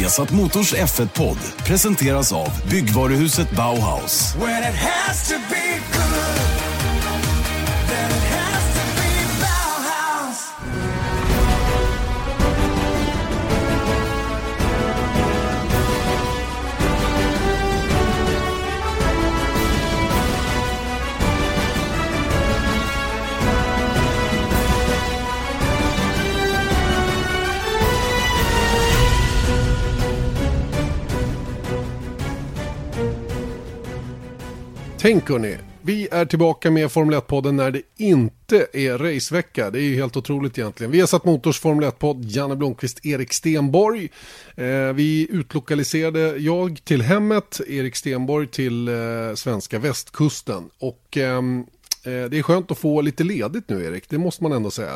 Viasat Motors F1-podd presenteras av Byggvaruhuset Bauhaus. When it has to be good, then it has to be Bauhaus. Tänk hörni, vi är tillbaka med Formel 1-podden när det inte är racevecka. Det är ju helt otroligt egentligen. Vi har satt Motors Formel 1-podd, Janne Blomqvist, Erik Stenborg. Vi utlokaliserade jag till hemmet, Erik Stenborg till svenska västkusten. Och det är skönt att få lite ledigt nu, Erik, det måste man ändå säga.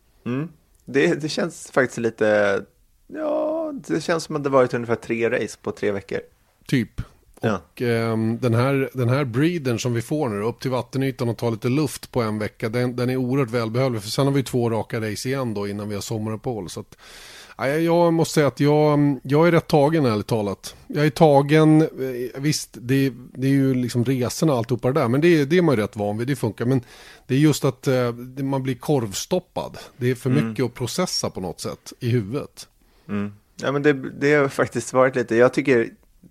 Det känns faktiskt lite, ja, det känns som att det varit ungefär 3 race på 3 veckor. Typ. Ja. Och den här breedern som vi får nu upp till vattenytan och ta lite luft på en vecka, den är oerhört välbehövlig, för sen har vi 2 raka race igen då innan vi har sommaruppehåll. Så att, jag måste säga att jag är rätt tagen, ärligt talat. Jag är tagen, visst det är ju liksom resorna och alltihopa där, men det är man ju rätt van vid, det funkar. Men det är just att man blir korvstoppad. Det är för mycket att processa på något sätt i huvudet. Ja, men det har faktiskt varit lite, jag tycker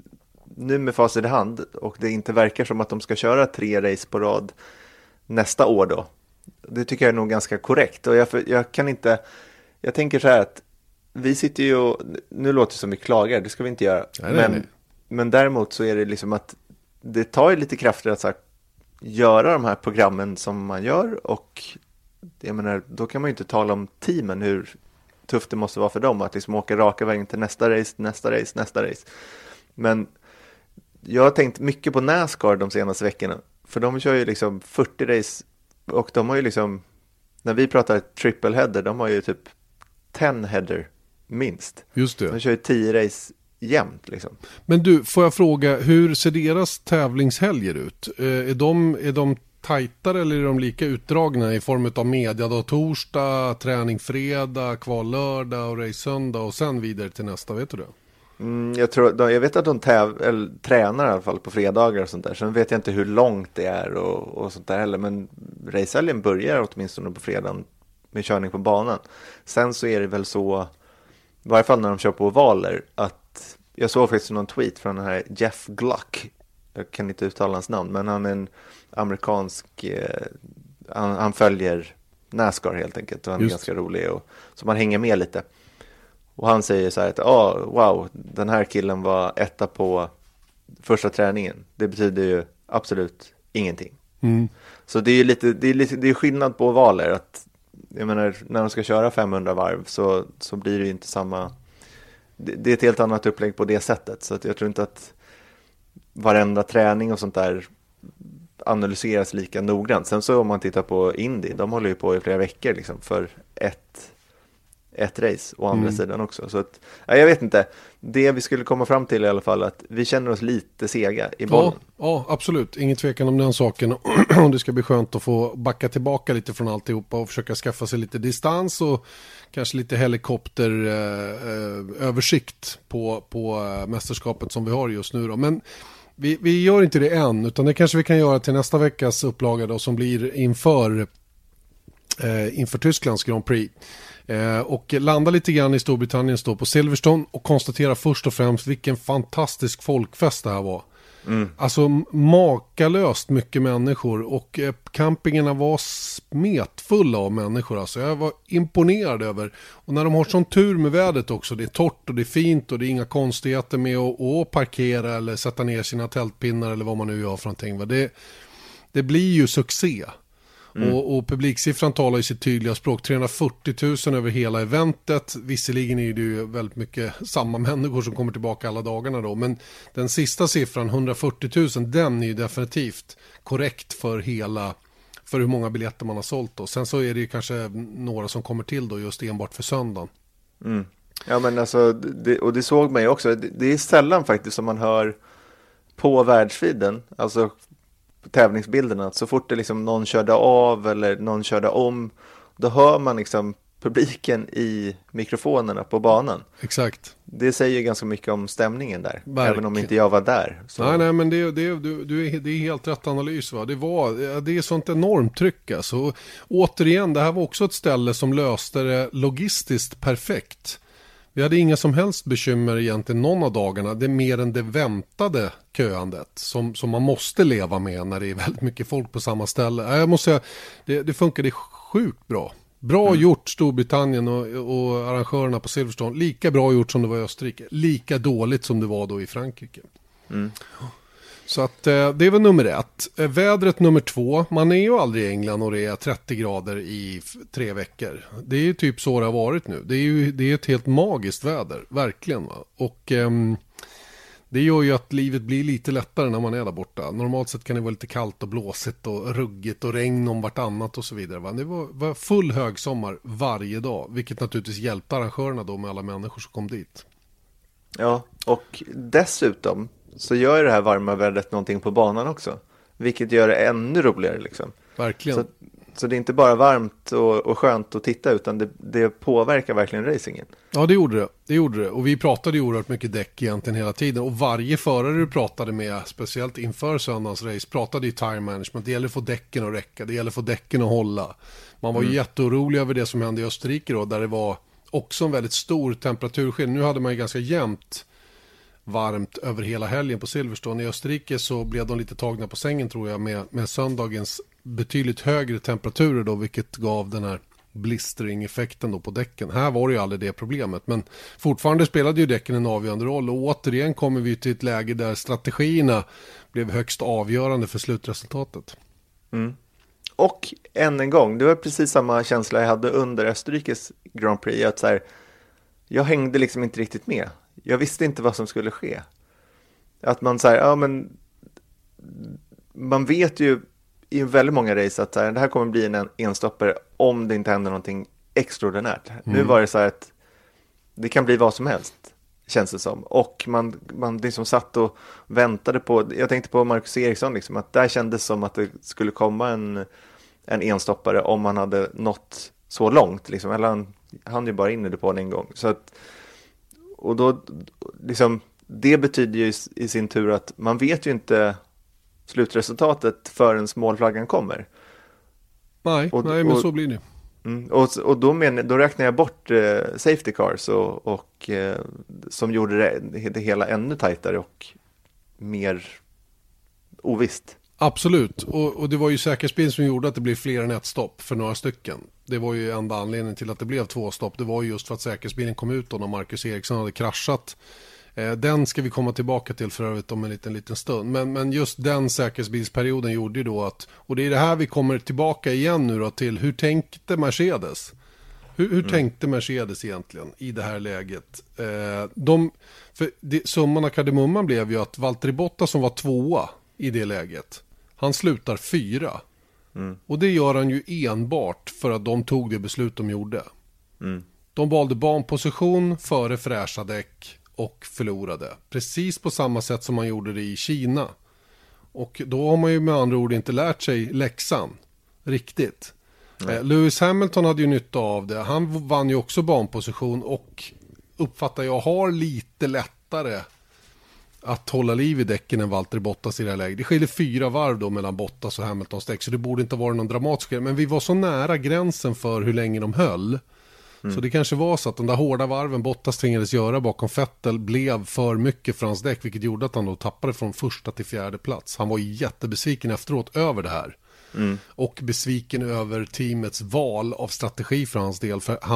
nu med facit i hand, och det inte verkar som att de ska köra 3 race på rad nästa år då. Det tycker jag är nog ganska korrekt. Och jag kan inte, jag tänker så här att vi sitter ju och, nu låter det som vi klagar, det ska vi inte göra. Men däremot så är det liksom att det tar ju lite krafter att så här, göra de här programmen som man gör, och jag menar, då kan man ju inte tala om teamen, hur tufft det måste vara för dem att liksom åka raka vägen till nästa race. Men jag har tänkt mycket på NASCAR de senaste veckorna, för de kör ju liksom 40 race, och de har ju liksom, när vi pratar triple header, de har ju typ 10 header minst. Just det. De kör ju 10 race jämnt liksom. Men du, får jag fråga, hur ser deras tävlingshelger ut? Är de tajtare eller är de lika utdragna i form av media då, torsdag, träning fredag, kval lördag och race söndag och sen vidare till nästa, vet du det? Jag vet att de tränar i alla fall på fredagar och sånt där. Sen vet jag inte hur långt det är och sånt där heller. Men racehelgen börjar åtminstone på fredagen med körning på banan. Sen så är det väl så, i varje fall när de kör på ovaler, att jag såg faktiskt någon tweet från den här Jeff Gluck. Jag kan inte uttala hans namn, men han är en amerikansk, han följer NASCAR helt enkelt. Och han är ganska rolig, och så man hänger med lite. Och han säger så här att wow, den här killen var etta på första träningen. Det betyder ju absolut ingenting. Så det är lite, det är skillnad på valer, att jag menar, när de ska köra 500 varv så blir det ju inte samma, det är ett helt annat upplägg på det sättet. Så att jag tror inte att varenda träning och sånt där analyseras lika noggrant. Sen så om man tittar på Indy, de håller ju på i flera veckor liksom för ett race och andra sidan också. Så att, jag vet inte. Det vi skulle komma fram till i alla fall, att vi känner oss lite sega i bollen. Ja, absolut. Ingen tvekan om den saken. Och det ska bli skönt att få backa tillbaka lite från alltihopa och försöka skaffa sig lite distans och kanske lite helikopteröversikt på mästerskapet som vi har just nu då. Men vi gör inte det än, utan det kanske vi kan göra till nästa veckas upplaga då, som blir inför Tysklands Grand Prix. Och landa lite grann i Storbritannien, stå på Silverstone och konstatera först och främst vilken fantastisk folkfest det här var. Alltså makalöst mycket människor, och campingarna var smetfulla av människor. Alltså jag var imponerad över, och när de har sån tur med vädret också, det är torrt och det är fint och det är inga konstigheter med att parkera eller sätta ner sina tältpinnar eller vad man nu gör för någonting. Det blir ju succé. Och publiksiffran talar i sitt tydliga språk. 340 000 över hela eventet. Visserligen är det ju väldigt mycket samma människor som kommer tillbaka alla dagarna då. Men den sista siffran, 140 000, den är ju definitivt korrekt för hur många biljetter man har sålt då. Sen så är det ju kanske några som kommer till då just enbart för söndagen. Ja, men alltså, det såg man ju också. Det är sällan faktiskt som man hör på världsvidden, alltså tävlingsbilderna, att så fort det liksom någon körde av eller någon körde om, då hör man liksom publiken i mikrofonerna på banan. Exakt. Det säger ganska mycket om stämningen där. Verkligen. Även om inte jag var där. Så. Nej, men det är helt rätt analys. Va? Det är sånt enormt tryck. Alltså. Återigen, det här var också ett ställe som löste det logistiskt perfekt. Vi hade inga som helst bekymmer egentligen någon av dagarna. Det är mer än det väntade köandet som man måste leva med när det är väldigt mycket folk på samma ställe. Jag måste säga, det funkade sjukt bra. Bra gjort Storbritannien och arrangörerna på Silverstone. Lika bra gjort som det var i Österrike. Lika dåligt som det var då i Frankrike. Så att det är väl nummer 1. Vädret nummer 2. Man är ju aldrig i England och det är 30 grader i 3 veckor. Det är ju typ så det har varit nu. Det är ett helt magiskt väder. Verkligen. Va? Och det gör ju att livet blir lite lättare när man är där borta. Normalt sett kan det vara lite kallt och blåsigt och ruggigt och regn om vartannat och så vidare. Va? Det var full högsommar varje dag. Vilket naturligtvis hjälpte arrangörerna då med alla människor som kom dit. Ja, och dessutom så gör det här varma vädret någonting på banan också. Vilket gör det ännu roligare liksom. Verkligen. Så det är inte bara varmt och skönt att titta, utan det påverkar verkligen racingen. Ja, det gjorde det. Och vi pratade ju oerhört mycket däck egentligen hela tiden. Och varje förare du pratade med, speciellt inför söndagens race, pratade i tire management. Det gäller att få däcken att räcka, det gäller att få däcken att hålla. Man var ju jätteorolig över det som hände i Österrike då, där det var också en väldigt stor temperaturskillnad. Nu hade man ju ganska jämnt varmt över hela helgen på Silverstone. I Österrike så blev de lite tagna på sängen tror jag med söndagens betydligt högre temperaturer då, vilket gav den här blistering-effekten då på däcken. Här var det ju aldrig det problemet, men fortfarande spelade ju däcken en avgörande roll och återigen kommer vi till ett läge där strategierna blev högst avgörande för slutresultatet. Och än en gång, det var precis samma känsla jag hade under Österrikes Grand Prix, att så här, jag hängde liksom inte riktigt med. Jag visste inte vad som skulle ske. Att man säger, ja men man vet ju i väldigt många race att det här kommer bli en enstoppare om det inte händer någonting extraordinärt. Nu var det så här att det kan bli vad som helst, känns det som. Och man liksom satt och väntade på, jag tänkte på Marcus Ericsson liksom, att där kändes som att det skulle komma en enstoppare om man hade nått så långt liksom. Eller han ju bara in i det på en gång. Så att, och då liksom, det betyder ju i sin tur att man vet ju inte slutresultatet förrän målflaggan kommer. Nej, men så blir det. Och då räknar jag bort safety cars och som gjorde det hela ännu tajtare och mer ovisst. Absolut, och det var ju säkerhetsbilen som gjorde att det blev fler än ett stopp för några stycken. Det var ju enda anledningen till att det blev 2 stopp. Det var ju just för att säkerhetsbilen kom ut då när Marcus Ericsson hade kraschat. Den ska vi komma tillbaka till för övrigt om en liten stund. Men just den säkerhetsbilsperioden gjorde ju då att, och det är det här vi kommer tillbaka igen nu då till, hur tänkte Mercedes? Hur tänkte Mercedes egentligen i det här läget? Summan av kardemumman blev ju att Valtteri Bottas som var 2:a i det läget, han slutar 4. Och det gör han ju enbart för att de tog det beslut de gjorde. De valde banposition före fräscha däck och förlorade. Precis på samma sätt som man gjorde det i Kina. Och då har man ju med andra ord inte lärt sig läxan riktigt. Lewis Hamilton hade ju nytta av det. Han vann ju också banposition och uppfattar jag har lite lättare att hålla liv i däcken än Valtteri Bottas i det här läget. Det skiljer 4 varv då mellan Bottas och Hamiltons däck, så det borde inte vara någon dramatisk grej. Men vi var så nära gränsen för hur länge de höll. Så det kanske var så att de där hårda varven Bottas tvingades göra bakom Vettel blev för mycket för hans däck, vilket gjorde att han då tappade från 1:a till 4:e plats. Han var jättebesviken efteråt över det här. Och besviken över teamets val av strategi för hans del. För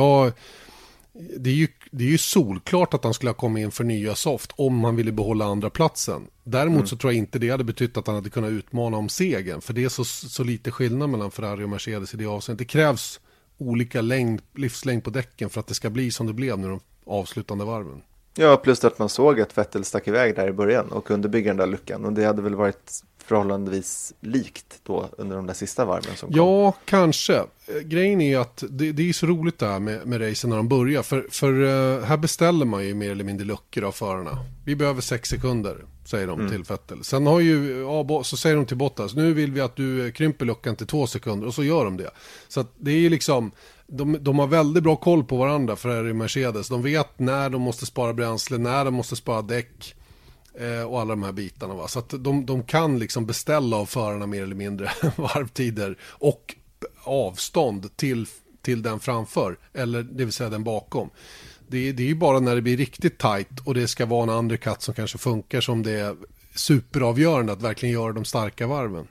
det är ju solklart att han skulle ha kommit in för nya soft om han ville behålla andra platsen. Däremot så tror jag inte det hade betytt att han hade kunnat utmana om segern. För det är så lite skillnad mellan Ferrari och Mercedes i det avseendet. Det krävs olika livslängd på däcken för att det ska bli som det blev nu de avslutande varven. Ja, plus att man såg att Vettel stack iväg där i början och kunde bygga den där luckan. Och det hade väl varit förhållandevis likt då under de där sista varven som kom. Ja, kanske. Grejen är att det är så roligt det här med racen när de börjar. För här beställer man ju mer eller mindre luckor av förarna. Vi behöver 6 sekunder, säger de till Vettel. Sen har ju, så säger de till Bottas, nu vill vi att du krymper luckan till 2 sekunder. Och så gör de det. Så att det är ju liksom, de har väldigt bra koll på varandra för här i Mercedes. De vet när de måste spara bränsle, när de måste spara däck. Och alla de här bitarna, va? Så att de kan liksom beställa av förarna mer eller mindre varvtider och avstånd till den framför, eller det vill säga den bakom. Det är ju bara när det blir riktigt tajt och det ska vara en undercut som kanske funkar som det är superavgörande att verkligen göra de starka varven.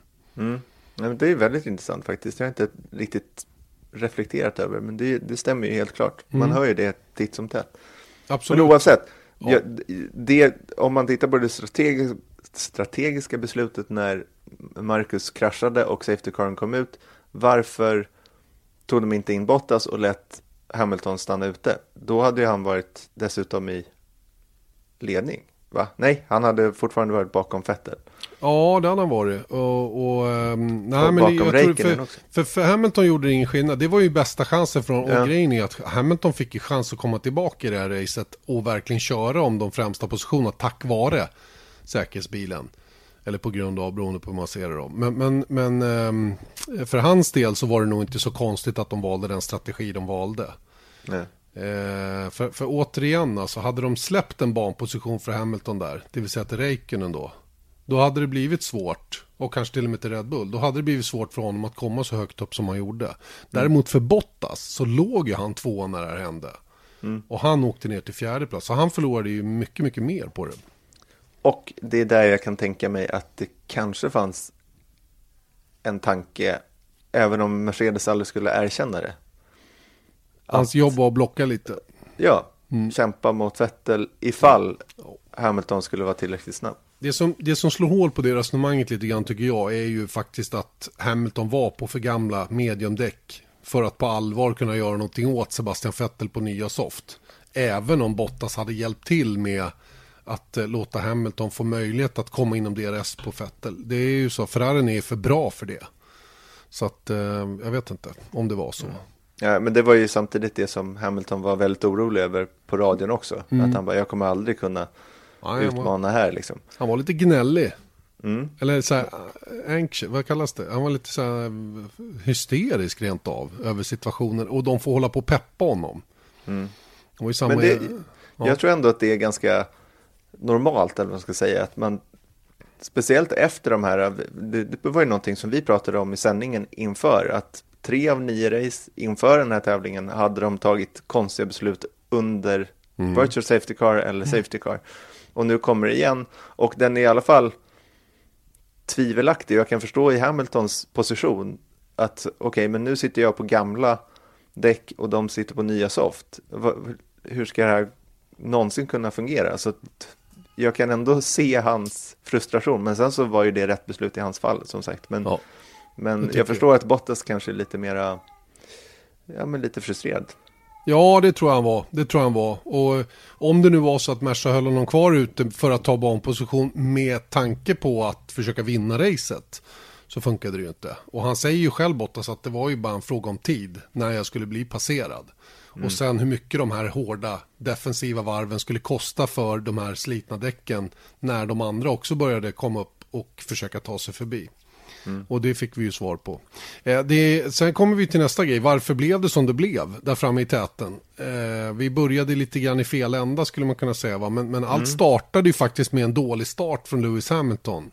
Det är väldigt intressant faktiskt. Jag har inte riktigt reflekterat över, men det stämmer ju helt klart. Man hör ju det titt som tätt. Absolut. Men oavsett, Ja. Om man tittar på det strategiska beslutet när Marcus kraschade och safety caren kom ut, varför tog de inte in Bottas och lät Hamilton stanna ute? Då hade ju han varit dessutom i ledning, va? Nej, han hade fortfarande varit bakom Vettel. Ja, det hade han varit. Nej, men bakom jag tror Räikkönen också. för Hamilton gjorde det ingen skillnad. Det var ju bästa chansen från, och grejen är att Hamilton fick ju chans att komma tillbaka i det här racet och verkligen köra om de främsta positionerna tack vare säkerhetsbilen. Eller på grund av, beroende på hur man ser det då. Men för hans del så var det nog inte så konstigt att de valde den strategi de valde. Nej. För återigen, alltså, hade de släppt en banposition för Hamilton där, det vill säga till Räikkönen då hade det blivit svårt, och kanske till och med till Red Bull, då hade det blivit svårt för honom att komma så högt upp som han gjorde. Däremot för Bottas så låg ju han 2 när det här hände. Och han åkte ner till 4:e plats, så han förlorade ju mycket, mycket mer på det. Och det är där jag kan tänka mig att det kanske fanns en tanke, även om Mercedes aldrig skulle erkänna det. Hans jobb var att blocka lite. Ja, kämpa mot Vettel ifall Hamilton skulle vara tillräckligt snabb. Det som slår hål på det resonemanget lite grann tycker jag är ju faktiskt att Hamilton var på för gamla mediumdäck för att på allvar kunna göra någonting åt Sebastian Vettel på nya soft. Även om Bottas hade hjälpt till med att låta Hamilton få möjlighet att komma inom DRS på Vettel. Det är ju så, Ferrarin är för bra för det. Så att jag vet inte om det var så. Ja, men det var ju samtidigt det som Hamilton var väldigt orolig över på radion också. Att han bara, jag kommer aldrig kunna utmana här liksom. Han var lite gnällig. Eller så här anxious, vad kallas det? Han var lite så här hysterisk rent av över situationen, och de får hålla på och peppa honom. Det var ju samma. Men jag tror ändå att det är ganska normalt, eller vad man ska säga, att man speciellt efter de här, det var ju någonting som vi pratade om i sändningen inför, att 3 av 9 race inför den här tävlingen hade de tagit konstiga beslut under virtual safety car eller safety car. Och nu kommer det igen, och den är i alla fall tvivelaktig. Jag kan förstå i Hamiltons position att okej, men nu sitter jag på gamla däck och de sitter på nya soft. Hur ska det här någonsin kunna fungera? Så att jag kan ändå se hans frustration, men sen så var ju det rätt beslut i hans fall, som sagt. Men jag förstår att Bottas kanske är lite mera, lite frustrerad. Ja, det tror han var. Och om det nu var så att Merca höll honom kvar ute för att ta banposition med tanke på att försöka vinna racet, så funkade det ju inte. Och han säger ju själv, Bottas, att det var ju bara en fråga om tid när jag skulle bli passerad. Och sen hur mycket de här hårda defensiva varven skulle kosta för de här slitna däcken när de andra också började komma upp och försöka ta sig förbi. Och det fick vi ju svar på. Sen kommer vi till nästa grej. Varför blev det som det blev där framme i täten? Vi började lite grann i fel ända, skulle man kunna säga. Va? Men allt startade ju faktiskt med en dålig start från Lewis Hamilton.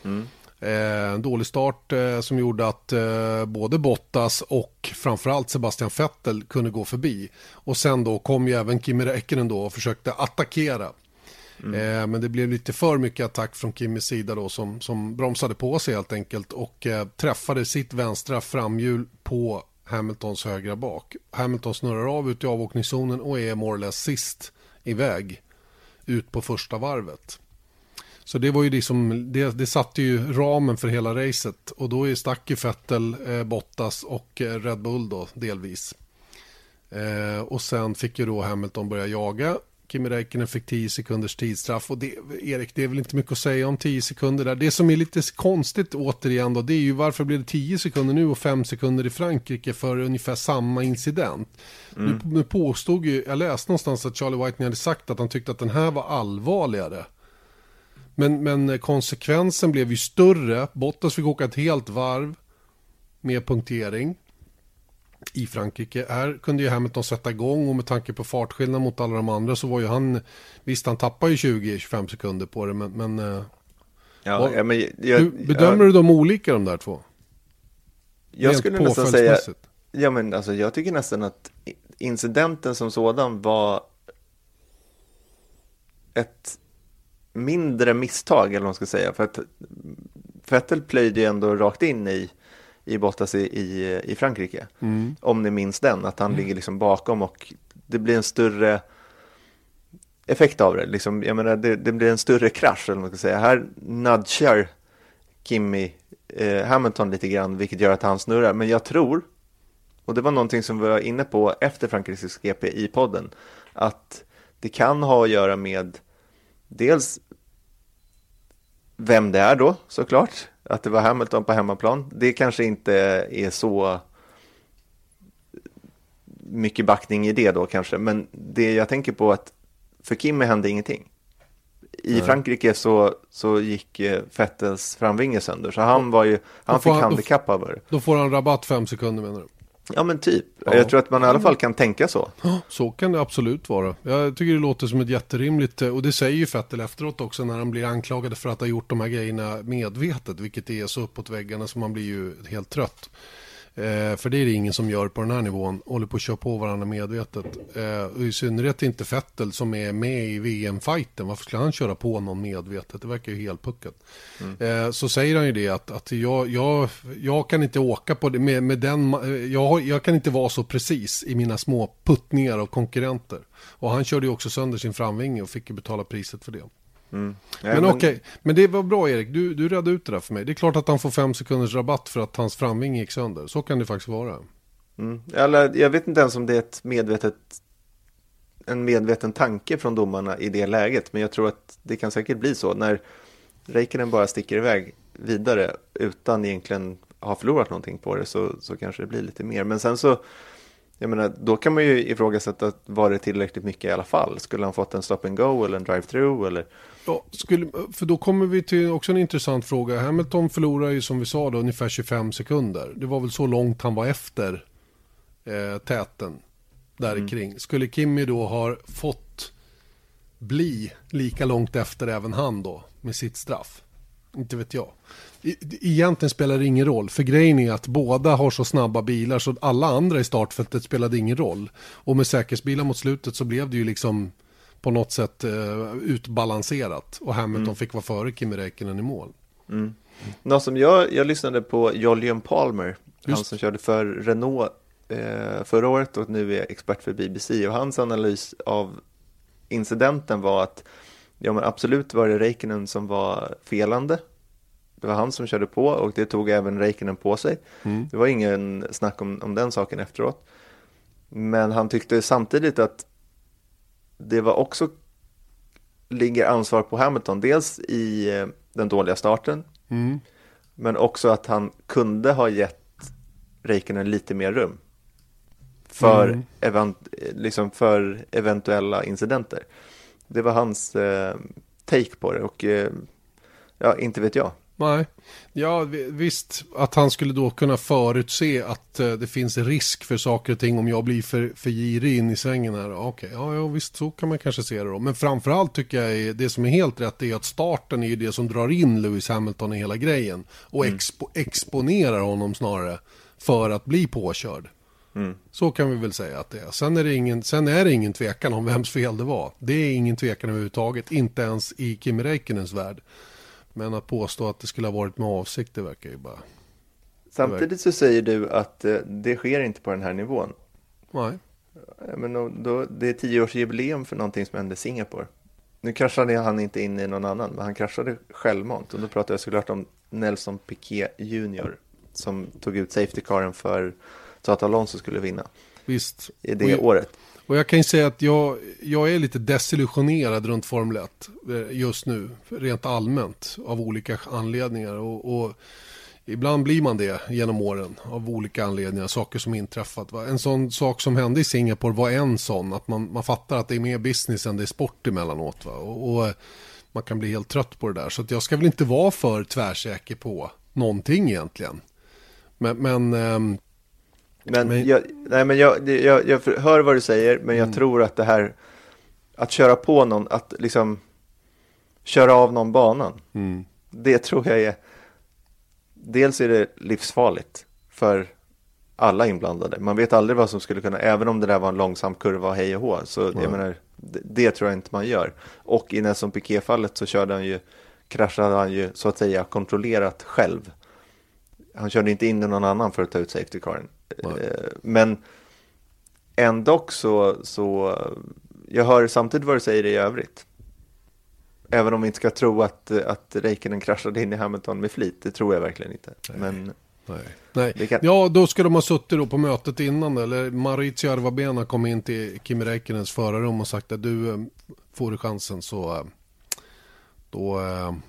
En dålig start som gjorde att både Bottas och framförallt Sebastian Vettel kunde gå förbi. Och sen då kom ju även Kimi Räikkönen då och försökte attackera. Men det blev lite för mycket attack från Kimis sida då, som bromsade på sig helt enkelt och träffade sitt vänstra framhjul på Hamiltons högra bak. Hamilton snurrar av ut i avåkningszonen och är more or less sist iväg ut på första varvet. Så det var ju det satte ju ramen för hela racet, och då stack ju Vettel, Bottas och Red Bull då delvis. Och sen fick ju då Hamilton börja jaga Kimi Räikkönen fick 10 sekunders tidsstraff. Och det, Erik, det är väl inte mycket att säga om 10 sekunder där. Det som är lite konstigt återigen då, det är ju varför blev det 10 sekunder nu och 5 sekunder i Frankrike för ungefär samma incident. Nu påstod ju, jag läste någonstans att Charlie Whiting hade sagt att han tyckte att den här var allvarligare. Men konsekvensen blev ju större. Bottas fick åka ett helt varv med punktering i Frankrike. Här kunde ju Hamilton sätta igång, och med tanke på fartskillnad mot alla de andra så var ju han, visst han tappar ju 20-25 sekunder på det, men bedömer du dem olika, de där två? Jag skulle nästan säga, ja men alltså jag tycker nästan att incidenten som sådan var ett mindre misstag, eller vad man ska säga, för att Vettel plöjde ju ändå rakt in i Bottas i Frankrike. Om ni minns den, att han ligger liksom bakom och det blir en större effekt av det. Liksom, jag menar, det blir en större krasch, eller vad man ska säga. Här nudgar Kimi Hamilton lite grann, vilket gör att han snurrar. Men jag tror, och det var någonting som vi var inne på efter Frankrikes GP i podden, att det kan ha att göra med dels vem det är då, såklart. Att det var Hamilton på hemmaplan. Det kanske inte är så mycket backning i det då kanske. Men det jag tänker på, att för Kimi hände ingenting. I Frankrike så gick Vettels framvinge sönder. Så han fick handikapp över det. Då får han rabatt 5 sekunder, menar du? Ja men typ. Ja. Jag tror att man i alla fall kan tänka så. Så kan det absolut vara. Jag tycker det låter som ett jätterimligt, och det säger ju Vettel efteråt också när han blir anklagad för att ha gjort de här grejerna medvetet, vilket är så uppåt väggarna så man blir ju helt trött. För det är det ingen som gör på den här nivån, håller på att köra på varandra medvetet. Och i synnerhet inte Vettel som är med i VM-fighten. Varför skulle han köra på någon medvetet? Det verkar ju helt puckat. Så säger han ju det att jag kan inte åka på det med den, jag kan inte vara så precis i mina små puttningar av konkurrenter. Och han körde ju också sönder sin framvinge och fick ju betala priset för det. Men okej, men det var bra, Erik, du räddade ut det där för mig. Det är klart att han får 5 sekunders rabatt för att hans framvinge gick sönder. Så kan det faktiskt vara. Eller, jag vet inte ens om det är en medveten tanke från domarna i det läget, men jag tror att det kan säkert bli så när Räikkönen bara sticker iväg vidare utan egentligen ha förlorat någonting på det, så kanske det blir lite mer. Men sen så, jag menar, då kan man ju ifrågasätta, var det tillräckligt mycket i alla fall? Skulle han fått en stop and go eller en drive-through? Eller? Ja, för då kommer vi till också en intressant fråga. Hamilton förlorar ju, som vi sa då, ungefär 25 sekunder. Det var väl så långt han var efter täten där kring. Skulle Kimi då ha fått bli lika långt efter även han då med sitt straff? Inte vet jag. Egentligen spelar det ingen roll, för grejen är att båda har så snabba bilar så alla andra i startfältet spelade ingen roll. Och med säkerhetsbilar mot slutet så blev det ju liksom på något sätt utbalanserat, och Hamilton fick vara före Kimi Räikkönen i mål. Något som jag lyssnade på Jolyon Palmer, han som körde för Renault förra året och nu är expert för BBC, och hans analys av incidenten var att ja, men absolut var det Räikkönen som var felande. Det var han som körde på, och det tog även Räikkönen på sig. Det var ingen snack om den saken efteråt. Men han tyckte samtidigt att det var också ligger ansvar på Hamilton. Dels i den dåliga starten. Men också att han kunde ha gett Räikkönen lite mer rum. För, för eventuella incidenter. Det var hans take på det, och ja, inte vet jag. Nej, ja visst att han skulle då kunna förutse att det finns risk för saker och ting om jag blir för girig in i svängen här. Okej, ja visst, så kan man kanske se det då. Men framförallt tycker jag det som är helt rätt är att starten är ju det som drar in Lewis Hamilton i hela grejen och exponerar honom snarare för att bli påkörd. Så kan vi väl säga att det är. Sen är det ingen tvekan om vems fel det var. Det är ingen tvekan överhuvudtaget, inte ens i Kimi Räikkönens värld. Men att påstå att det skulle ha varit med avsikt, det verkar ju bara... Samtidigt så säger du att det sker inte på den här nivån. Nej. Men då, det är 10-årsjubileum för någonting som hände i Singapore. Nu kraschade han inte in i någon annan, men han kraschade självmant. Och då pratar jag såklart om Nelson Piquet Jr. som tog ut safety caren för så att Alonso skulle vinna. Visst. I det året. Och jag kan ju säga att jag är lite desillusionerad runt Formel 1 just nu, rent allmänt, av olika anledningar. Och ibland blir man det genom åren av olika anledningar, saker som inträffat. Va? En sån sak som hände i Singapore var en sån, att man fattar att det är mer business än det är sport emellanåt. Va? Och man kan bli helt trött på det där. Så att jag ska väl inte vara för tvärsäker på någonting egentligen. Men jag hör vad du säger, men jag tror att det här att köra på någon, att liksom köra av någon banan, det tror jag är, dels är det livsfarligt för alla inblandade. Man vet aldrig vad som skulle kunna, även om det där var en långsam kurva hej och hå, så jag menar, det tror jag inte man gör. Och i Nelson Piquet-fallet så kraschade han ju så att säga kontrollerat själv. Han körde inte in i någon annan för att ta ut safety caren. Men ändå så jag hör samtidigt vad du säger i övrigt. Även om vi inte ska tro att Räikkönen kraschade in i Hamilton med flit. Det tror jag verkligen inte. Nej. Ja, då ska de ha suttit då på mötet innan. Eller Maurizio Arvabena kom in till Kimi Räikkönens förarrum och sagt att du får du chansen så då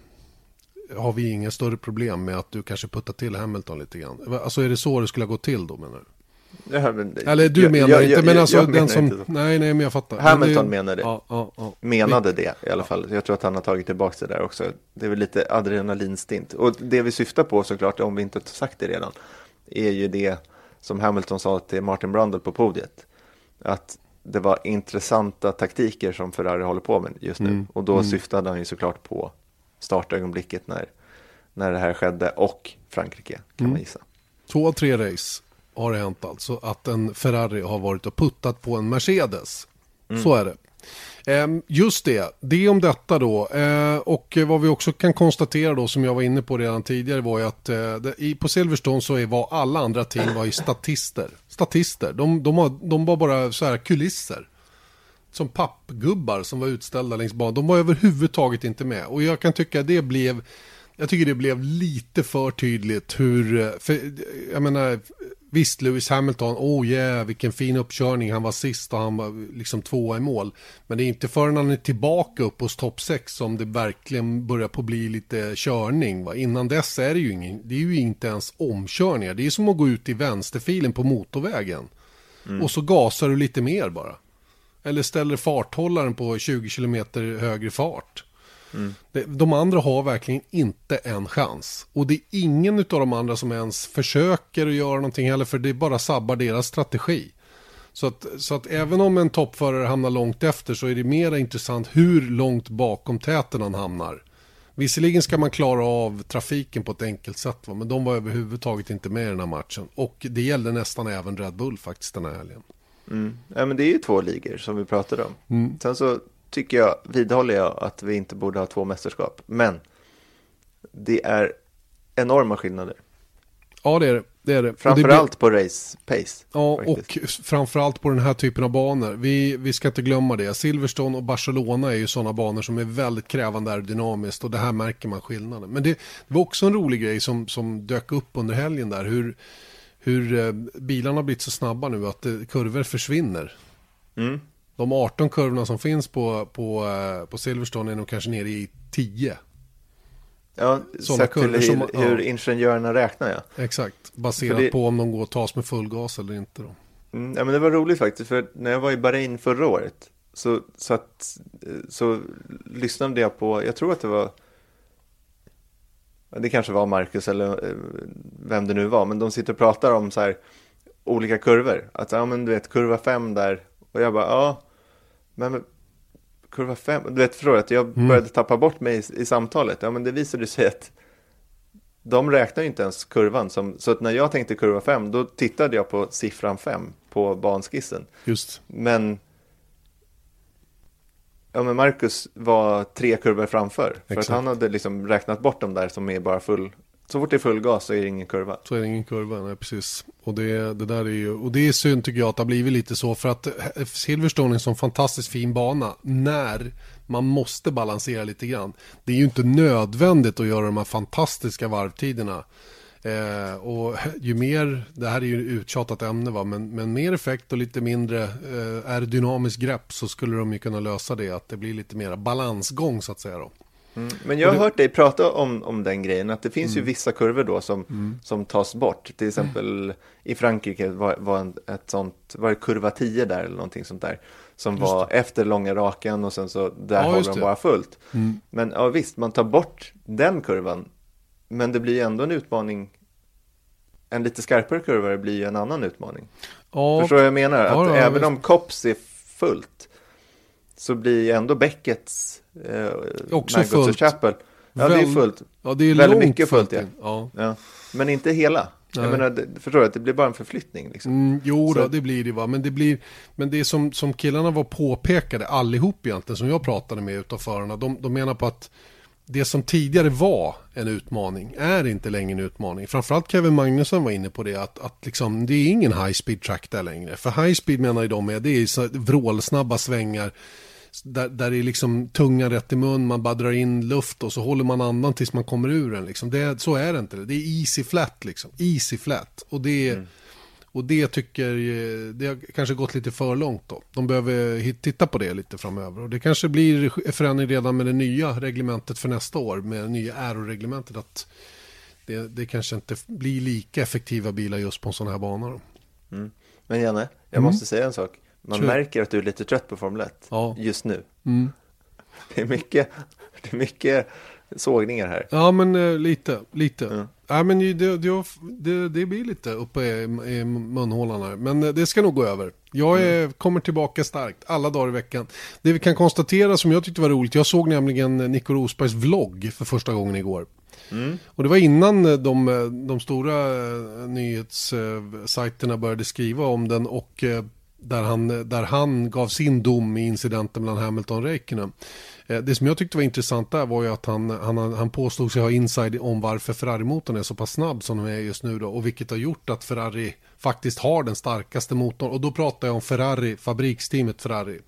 har vi inga större problem med att du kanske puttar till Hamilton lite grann. Alltså är det så det skulle gå till då, menar du? Ja, men, eller du menar inte, men alltså jag den som... Inte nej, men jag fattar. Hamilton menade det. Ja. Menade det i alla fall. Jag tror att han har tagit tillbaka det där också. Det är väl lite adrenalinstint. Och det vi syftar på såklart, om vi inte har sagt det redan, är ju det som Hamilton sa till Martin Brundle på podiet. Att det var intressanta taktiker som Ferrari håller på med just nu. Och då syftade han ju såklart på startögonblicket när det här skedde, och Frankrike kan man gissa. 2 av 3 race har det hänt alltså att en Ferrari har varit och puttat på en Mercedes. Så är det. Just det om detta då. Och vad vi också kan konstatera då, som jag var inne på redan tidigare, var ju att på Silverstone så var alla andra team var ju statister. De var bara så här kulisser. Som pappgubbar som var utställda längs banan. De var överhuvudtaget inte med. Och jag kan tycka det blev lite för tydligt hur, jag menar, visst Lewis Hamilton, vilken fin uppkörning, han var sist och han var liksom 2 i mål. Men det är inte förrän han är tillbaka upp hos topp 6 som det verkligen börjar på bli lite körning. Va? Innan dess är det är ju inte ens omkörningar. Det är som att gå ut i vänsterfilen på motorvägen. Och så gasar du lite mer bara. Eller ställer farthållaren på 20 kilometer högre fart. De andra har verkligen inte en chans. Och det är ingen av de andra som ens försöker att göra någonting heller, för det bara sabbar deras strategi. Så att även om en toppförare hamnar långt efter, så är det mer intressant hur långt bakom täten han hamnar. Visserligen ska man klara av trafiken på ett enkelt sätt, men de var överhuvudtaget inte med i den här matchen. Och det gällde nästan även Red Bull faktiskt den här helgen. Ja, men det är ju 2 ligor som vi pratade om. Sen så vidhåller jag att vi inte borde ha 2 mästerskap. Men det är enorma skillnader. Ja, det är det. Framförallt på race pace. Ja, faktiskt. Och framförallt på den här typen av banor. Vi ska inte glömma det. Silverstone och Barcelona är ju sådana banor som är väldigt krävande aerodynamiskt. Och det här märker man skillnaden. Men det var också en rolig grej som dök upp under helgen där. Hur bilarna har blivit så snabba nu att kurvor försvinner. De 18 kurvorna som finns på Silverstone är nog kanske nere i 10. Ja, sett till hur ingenjörerna räknar, ja. Exakt, baserat på om de går och tas med full gas eller inte då. Ja, men det var roligt faktiskt, för när jag var i Bahrain förra året så lyssnade jag på, jag tror att det kanske var Marcus eller vem det nu var, men de sitter och pratar om så här olika kurvor. Att men du vet, kurva 5 där, och jag bara, men kurva 5, du vet, förstår att jag började tappa bort mig i samtalet. Ja, men det visade sig att de räknar inte ens kurvan. Så att när jag tänkte kurva 5, då tittade jag på siffran 5 på banskissen. Just. Men Marcus var 3 kurvor framför. För att han hade liksom räknat bort dem där som är bara full. Så fort det är full gas så är det ingen kurva. Så är det ingen kurva, nej precis. Och det där är ju, och det är synd tycker jag att det har blivit lite så, för att Silverstone är en sån fantastiskt fin bana när man måste balansera lite grann. Det är ju inte nödvändigt att göra de här fantastiska varvtiderna Och ju mer, det här är ju uttjatat ämne va, men mer effekt och lite mindre aerodynamisk grepp, så skulle de ju kunna lösa det, att det blir lite mer balansgång så att säga då. Men jag har hört dig prata om den grejen, att det finns ju vissa kurvor då som tas bort. Till exempel i Frankrike var det kurva 10 där eller någonting sånt där, som var efter långa rakan, och sen så där har de bara fullt. Men ja visst, man tar bort den kurvan, men det blir ändå en utmaning. En lite skarpare kurva blir ju en annan utmaning. Ja. Förstår jag menar? Att även om Kops är fullt, så blir ändå Beckets också fullt. Chapel. Ja, det är fullt. Ja, det är väldigt långt mycket fullt. Ja. Men inte hela. Jag menar, förstår du att det blir bara en förflyttning liksom. Jo då, det blir det va. Men det är som killarna var påpekade allihop egentligen, som jag pratade med utav förarna. De menar på att det som tidigare var en utmaning är inte längre en utmaning. Framförallt Kevin Magnusson var inne på det, att liksom, det är ingen high speed track där längre. För high speed menar ju de det är så vrålsnabba svängar där det är liksom tunga rätt i mun, man bara drar in luft och så håller man andan tills man kommer ur den liksom. Så är det inte. Det är easy flat liksom. Easy flat. Och det tycker det har kanske gått lite för långt då. De behöver titta på det lite framöver. Och det kanske blir förändring redan med det nya reglementet för nästa år, med det nya aero-reglementet, att det kanske inte blir lika effektiva bilar just på en sån här bana då. Men Janne, jag måste säga en sak. Man märker att du är lite trött på Formel 1 just nu. Det är mycket sågningar här. Ja, men lite. Ja, men det blir lite uppe i munhålan här. Men det ska nog gå över. Jag kommer tillbaka starkt alla dagar i veckan. Det vi kan konstatera, som jag tyckte var roligt, jag såg nämligen Nico Rosbergs vlogg för första gången igår. Och det var innan de stora nyhetssajterna började skriva om den, och där han gav sin dom i incidenten mellan Hamilton och Räikkönen. Det som jag tyckte var intressant där var ju att han påstod sig ha inside om varför Ferrari-motorn är så pass snabb som den är just nu då, och vilket har gjort att Ferrari faktiskt har den starkaste motorn. Och då pratar jag om Ferrari, fabriksteamet Ferrari.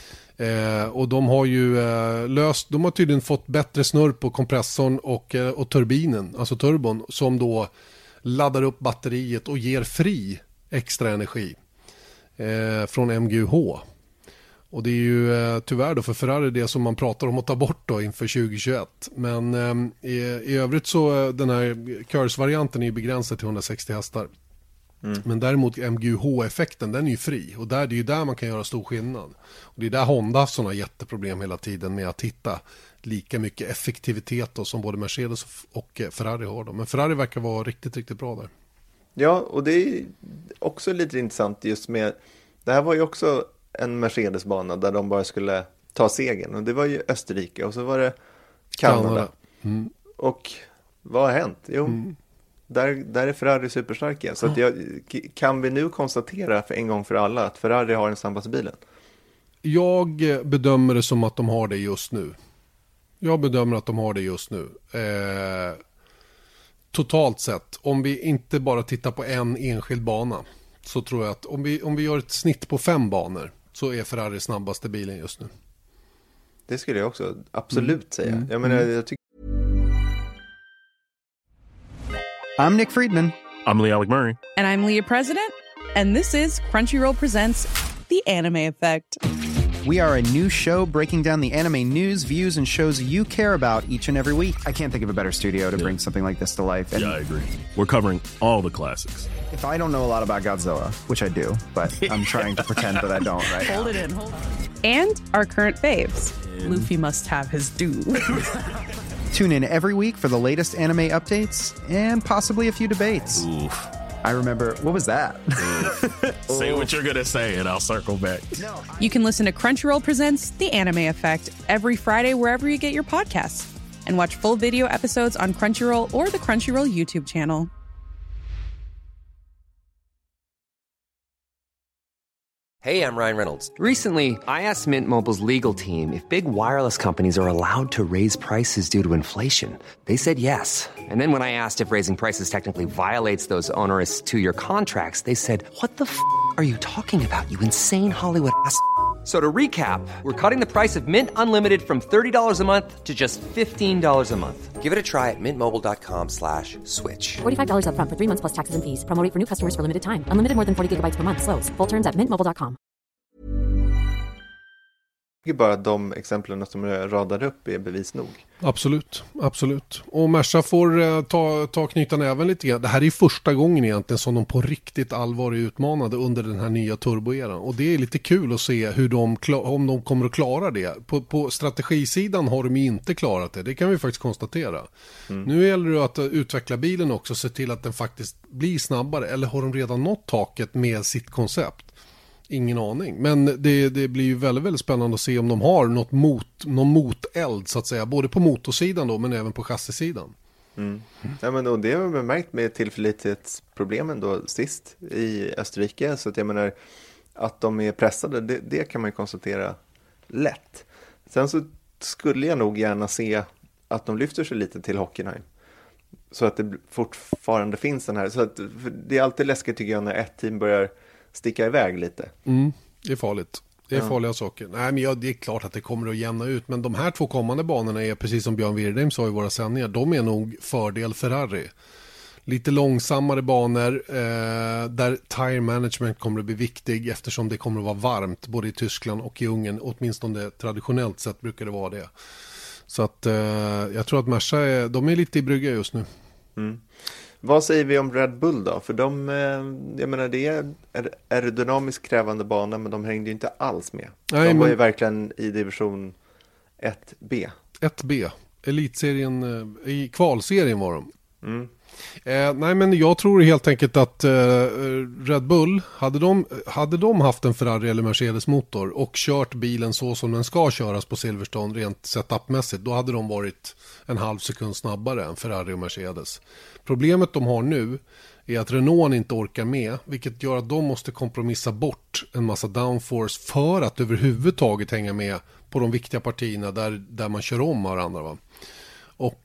Och de har ju de har tydligen fått bättre snurr på kompressorn och turbinen, alltså turbon, som då laddar upp batteriet och ger fri extra energi från MGUH. Och det är ju tyvärr då för Ferrari det som man pratar om att ta bort då inför 2021. Men i övrigt så den här KERS-varianten är ju begränsad till 160 hästar. Men däremot MGUH-effekten, den är ju fri. Och det är ju där man kan göra stor skillnad. Och det är där Honda har sådana jätteproblem hela tiden med att hitta lika mycket effektivitet då, som både Mercedes och Ferrari har då. Men Ferrari verkar vara riktigt, riktigt bra där. Ja, och det är också lite intressant just med, det här var ju också en Mercedes-bana där de bara skulle ta segern, och det var ju Österrike och så var det Kanada. Och vad har hänt? Jo, där är Ferrari superstark igen. Så att kan vi nu konstatera för en gång för alla att Ferrari har den snabbaste bilen? Jag bedömer det som att de har det just nu. Totalt sett, om vi inte bara tittar på en enskild bana, så tror jag att om vi gör ett snitt på 5 banor så är Ferrari snabbaste bilen just nu. Det skulle jag också absolut säga. Jag menar, jag tycker... I'm Nick Friedman. I'm Lee Alec Murray. And I'm Leah President. And this is Crunchyroll Presents The Anime Effect. We are a new show breaking down the anime news, views, and shows you care about each and every week. I can't think of a better studio to bring something like this to life. And I agree. We're covering all the classics. If I don't know a lot about Godzilla, which I do, but I'm trying to pretend that I don't right Hold it in. And our current faves. Luffy must have his due. Tune in every week for the latest anime updates and possibly a few debates. Oof. I remember, what was that? Say what you're going to say and I'll circle back. You can listen to Crunchyroll Presents The Anime Effect every Friday wherever you get your podcasts. And watch full video episodes on Crunchyroll or the Crunchyroll YouTube channel. Hey, I'm Ryan Reynolds. Recently, I asked Mint Mobile's legal team if big wireless companies are allowed to raise prices due to inflation. They said yes. And then when I asked if raising prices technically violates those onerous 2-year contracts, they said, "What the f*** are you talking about, you insane Hollywood ass?" So to recap, we're cutting the price of Mint Unlimited from $30 a month to just $15 a month. Give it a try at mintmobile.com/switch. $45 up front for 3 months plus taxes and fees. Promo rate for new customers for limited time. Unlimited more than 40 gigabytes per month. Slows full terms at mintmobile.com. Det är bara de exemplen som jag radar upp är bevis nog. Absolut, absolut. Och Merca får ta knyta näven lite grann. Det här är första gången egentligen som de på riktigt allvar är utmanade under den här nya turboeran. Och det är lite kul att se hur om de kommer att klara det. På strategisidan har de inte klarat det. Det kan vi faktiskt konstatera. Nu gäller det att utveckla bilen också, se till att den faktiskt blir snabbare. Eller har de redan nått taket med sitt koncept? Ingen aning, men det blir ju väldigt, väldigt spännande att se om de har någon moteld så att säga, både på motorsidan då, men även på chassisidan. Ja, men och det har vi märkt med tillförlitlighetsproblemen då sist i Österrike, så att jag menar att de är pressade, det kan man ju konstatera lätt. Sen så skulle jag nog gärna se att de lyfter sig lite till Hockenheim, så att det fortfarande finns den här, så att det är alltid läskigt tycker jag när ett team börjar sticka iväg lite. Det är farligt. Det är farliga saker. Nej, men det är klart att det kommer att jämna ut. Men de här 2 kommande banorna är, precis som Björn Wirdheim sa i våra sändningar, de är nog fördel Ferrari. Lite långsammare banor där tire management kommer att bli viktig, eftersom det kommer att vara varmt både i Tyskland och i Ungern. Åtminstone traditionellt sett brukar det vara det. Så att jag tror att Merca de är lite i brygga just nu. Vad säger vi om Red Bull då? För jag menar det är aerodynamiskt krävande bana, men de hängde ju inte alls med. Nej, de var ju verkligen i division 1B. 1B. Elitserien, i kvalserien var de. Nej, men jag tror helt enkelt att Red Bull, hade de haft en Ferrari eller Mercedes motor och kört bilen så som den ska köras på Silverstone rent setupmässigt, då hade de varit en halv sekund snabbare än Ferrari och Mercedes. Problemet de har nu är att Renault inte orkar med, vilket gör att de måste kompromissa bort en massa downforce för att överhuvudtaget hänga med på de viktiga partierna där man kör om varandra, va? Och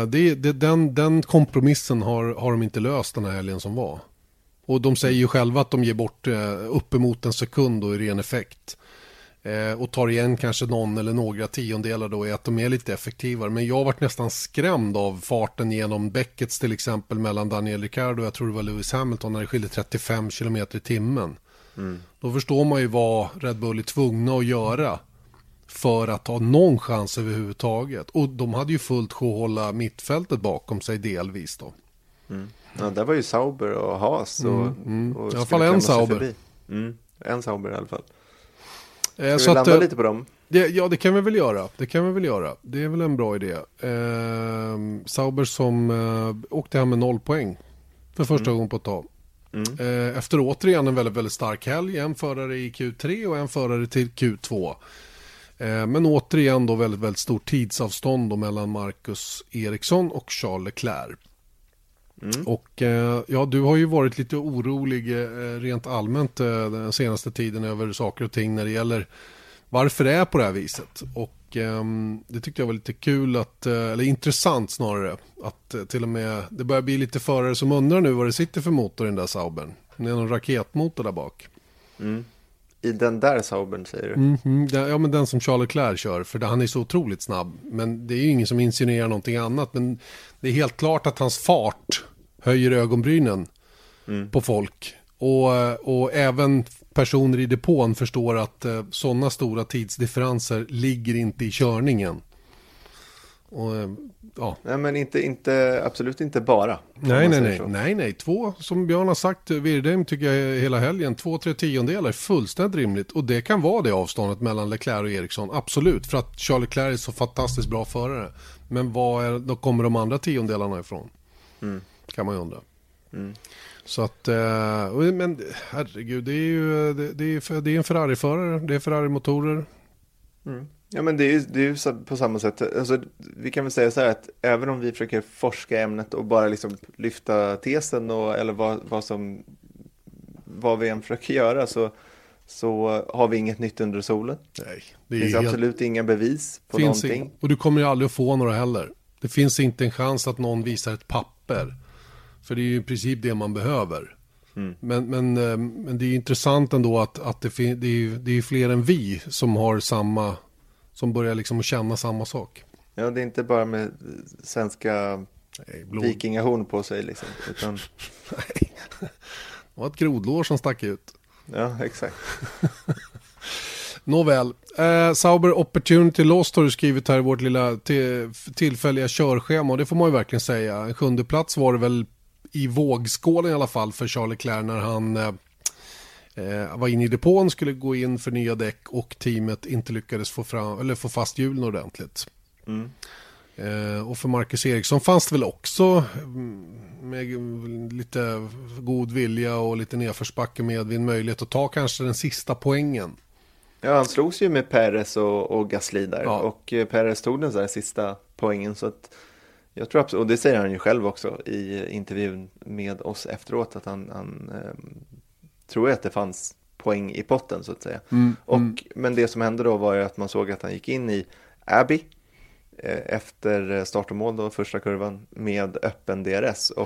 den kompromissen har de inte löst den här helgen som var. Och de säger ju själva att de ger bort uppemot en sekund då i ren effekt. Och tar igen kanske någon eller några tiondelar då i att de är lite effektivare. Men jag har varit nästan skrämd av farten genom Becketts till exempel mellan Daniel Ricciardo och jag tror det var Lewis Hamilton när det skilde 35 km i timmen. Då förstår man ju vad Red Bull är tvungna att göra för att ha någon chans överhuvudtaget. Och de hade ju fullt sjå att hålla mittfältet bakom sig delvis då. Ja, där var ju Sauber och Haas. Och i alla fall en Sauber. En Sauber i alla fall. Ska Så vi landa lite på dem? Det kan vi väl göra. Det är väl en bra idé. Sauber som åkte hem med 0 poäng för första gången på ett tag. Efter återigen en väldigt, väldigt stark helg. En förare i Q3 och en förare till Q2. Men återigen då väldigt, väldigt stort tidsavstånd då mellan Marcus Ericsson och Charles Leclerc. Och du har ju varit lite orolig rent allmänt den senaste tiden över saker och ting när det gäller varför det är på det här viset. Och det tyckte jag var lite kul eller intressant snarare, att till och med det börjar bli lite förare som undrar nu vad det sitter för motor i den där Saubern. Det är någon raketmotor där bak. I den där Saubern säger du? Ja, men den som Charles Leclerc kör, för han är så otroligt snabb. Men det är ju ingen som insinuerar någonting annat. Men det är helt klart att hans fart höjer ögonbrynen på folk. Och även personer i depån förstår att sådana stora tidsdifferenser ligger inte i körningen. Och, ja. Nej, men inte absolut inte bara. Nej. 2, som Björn har sagt, Wirdheim tycker jag hela helgen, 2-3 tiondelar är fullständigt rimligt. Och det kan vara det avståndet mellan Leclerc och Ericsson, absolut. För att Charles Leclerc är så fantastiskt bra förare. Men då kommer de andra tiondelarna ifrån? Kan man ju undra. Så att, men herregud, det är en Ferrari-förare, det är Ferrari-motorer. Ja, men det är ju på samma sätt. Alltså, vi kan väl säga så här att även om vi försöker forska ämnet och bara liksom lyfta tesen eller vad vi än försöker göra, så har vi inget nytt under solen. Nej, det finns absolut inga bevis på någonting. Och du kommer ju aldrig att få några heller. Det finns inte en chans att någon visar ett papper. För det är ju i princip det man behöver. Men det är intressant ändå att det är fler än vi som har som börjar liksom att känna samma sak. Ja, det är inte bara med svenska vikingahorn på sig liksom, utan... Nej, det var ett grodlår som stack ut. Ja, exakt. Nåväl, Sauber Opportunity Lost har du skrivit här i vårt lilla tillfälliga körschema, och det får man ju verkligen säga. En 7:e plats var det väl i vågskålen i alla fall för Charles Leclerc när han var inne i depån, skulle gå in för nya däck och teamet inte lyckades få fast hjulen ordentligt. Och för Marcus Eriksson fanns det väl också med lite god vilja och lite nedförsbacke med en möjlighet att ta kanske den sista poängen. Ja, han slogs ju med Perez och Gasly där, och Perez tog den där sista poängen, så att jag tror absolut, och det säger han ju själv också i intervjun med oss efteråt, att han tror att det fanns poäng i potten så att säga. Men det som hände då var ju att man såg att han gick in i Abbey efter start och mål då, första kurvan, med öppen DRS, och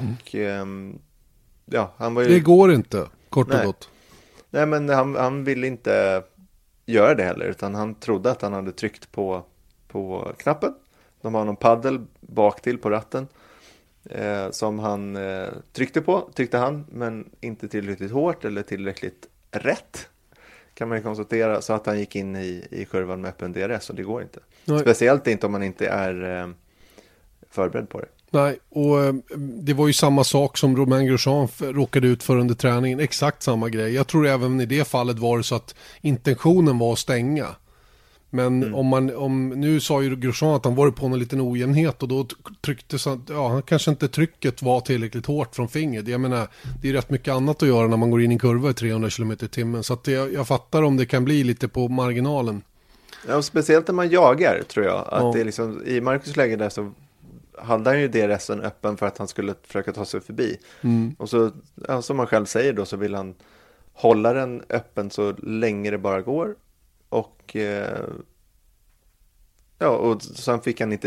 han var ju... Det går inte, kort och gott. Nej, men han ville inte göra det heller, utan han trodde att han hade tryckt på knappen. De har någon paddel bak till på ratten som han tryckte på, tyckte han, men inte tillräckligt hårt eller tillräckligt rätt, kan man ju konstatera, så att han gick in i kurvan med öppen DRS, och det går inte. Nej. Speciellt inte om man inte är förberedd på det. Nej, och det var ju samma sak som Romain Grosjean råkade ut för under träningen, exakt samma grej. Jag tror även i det fallet var det så att intentionen var att stänga. Men om nu sa ju Grosjean att han var på en liten ojämnhet, och då tryckte så att han kanske inte trycket var tillräckligt hårt från fingret. Jag menar, det är rätt mycket annat att göra när man går in i en kurva i 300 km i timmen, så att jag fattar om det kan bli lite på marginalen. Ja, och speciellt när man jagar, tror jag, att det är liksom, i Marcus läge där så hade han ju DRSen öppen för att han skulle försöka ta sig förbi. Och så, som man själv säger då, så vill han hålla den öppen så länge det bara går. Och och sen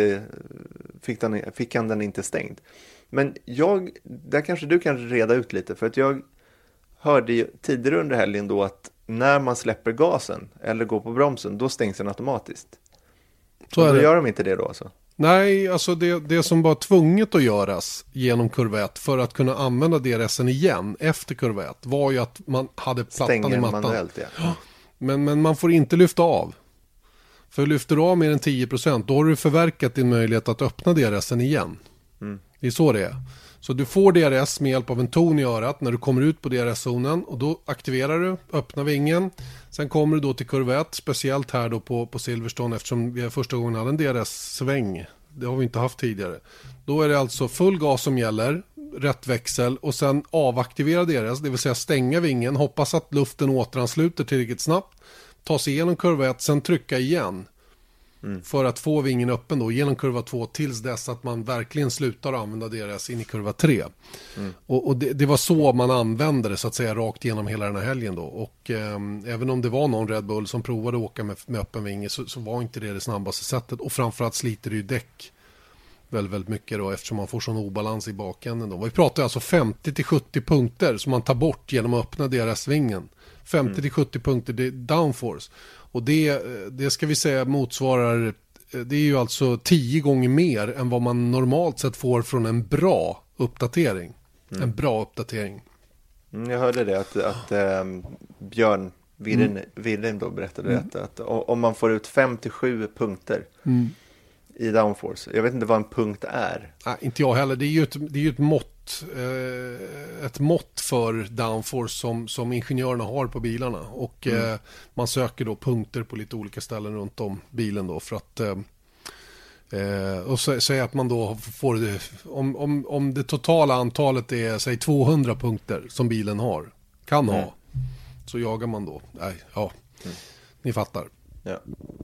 fick han den inte stängd. Men där kanske du kan reda ut lite, för att jag hörde ju tidigare under helgen då att när man släpper gasen eller går på bromsen, då stängs den automatiskt. Så då gör de inte det då alltså? Nej, alltså det som var tvunget att göras genom kurva 1 för att kunna använda DRSen igen efter kurva 1 var ju att man hade plattan i mattan. Manuellt, ja. Men man får inte lyfta av. För lyfter du av mer än 10%, då har du förverkat din möjlighet att öppna DRSen igen. Det är så det är. Så du får DRS med hjälp av en ton i örat när du kommer ut på DRS-zonen, och då aktiverar du, öppnar vingen. Sen kommer du då till kurva 1, speciellt här då på Silverstone, eftersom vi första gången hade en DRS-sväng. Det har vi inte haft tidigare. Då är det alltså full gas som gäller, rätt växel, och sen avaktivera DRS, det vill säga stänga vingen, hoppas att luften återansluter tillräckligt snabbt, ta sig igenom kurva 1, sen trycka igen för att få vingen öppen då genom kurva 2 tills dess att man verkligen slutar använda DRS in i kurva 3. Och det var så man använde det så att säga rakt igenom hela den här helgen då. Och även om det var någon Red Bull som provade att åka med öppen vinge, så var inte det snabbaste sättet, och framförallt sliter det ju däck väldigt mycket då, eftersom man får sån obalans i bakänden då. Vi pratar alltså 50-70 punkter som man tar bort genom att öppna DRS-vingen. 50-70 punkter, det är downforce. Och det ska vi säga motsvarar, det är ju alltså 10 gånger mer än vad man normalt sett får från en bra uppdatering. En bra uppdatering. Jag hörde det att Björn Wilhelm då berättade att om man får ut 5-7 punkter i downforce, jag vet inte vad en punkt är. Nej, inte jag heller. Det är ju ett mått för downforce som ingenjörerna har på bilarna, och man söker då punkter på lite olika ställen runt om bilen då för att och säga att man då får det, om det totala antalet är säg 200 punkter som bilen kan ha, så jagar man då. Ni fattar. Ja.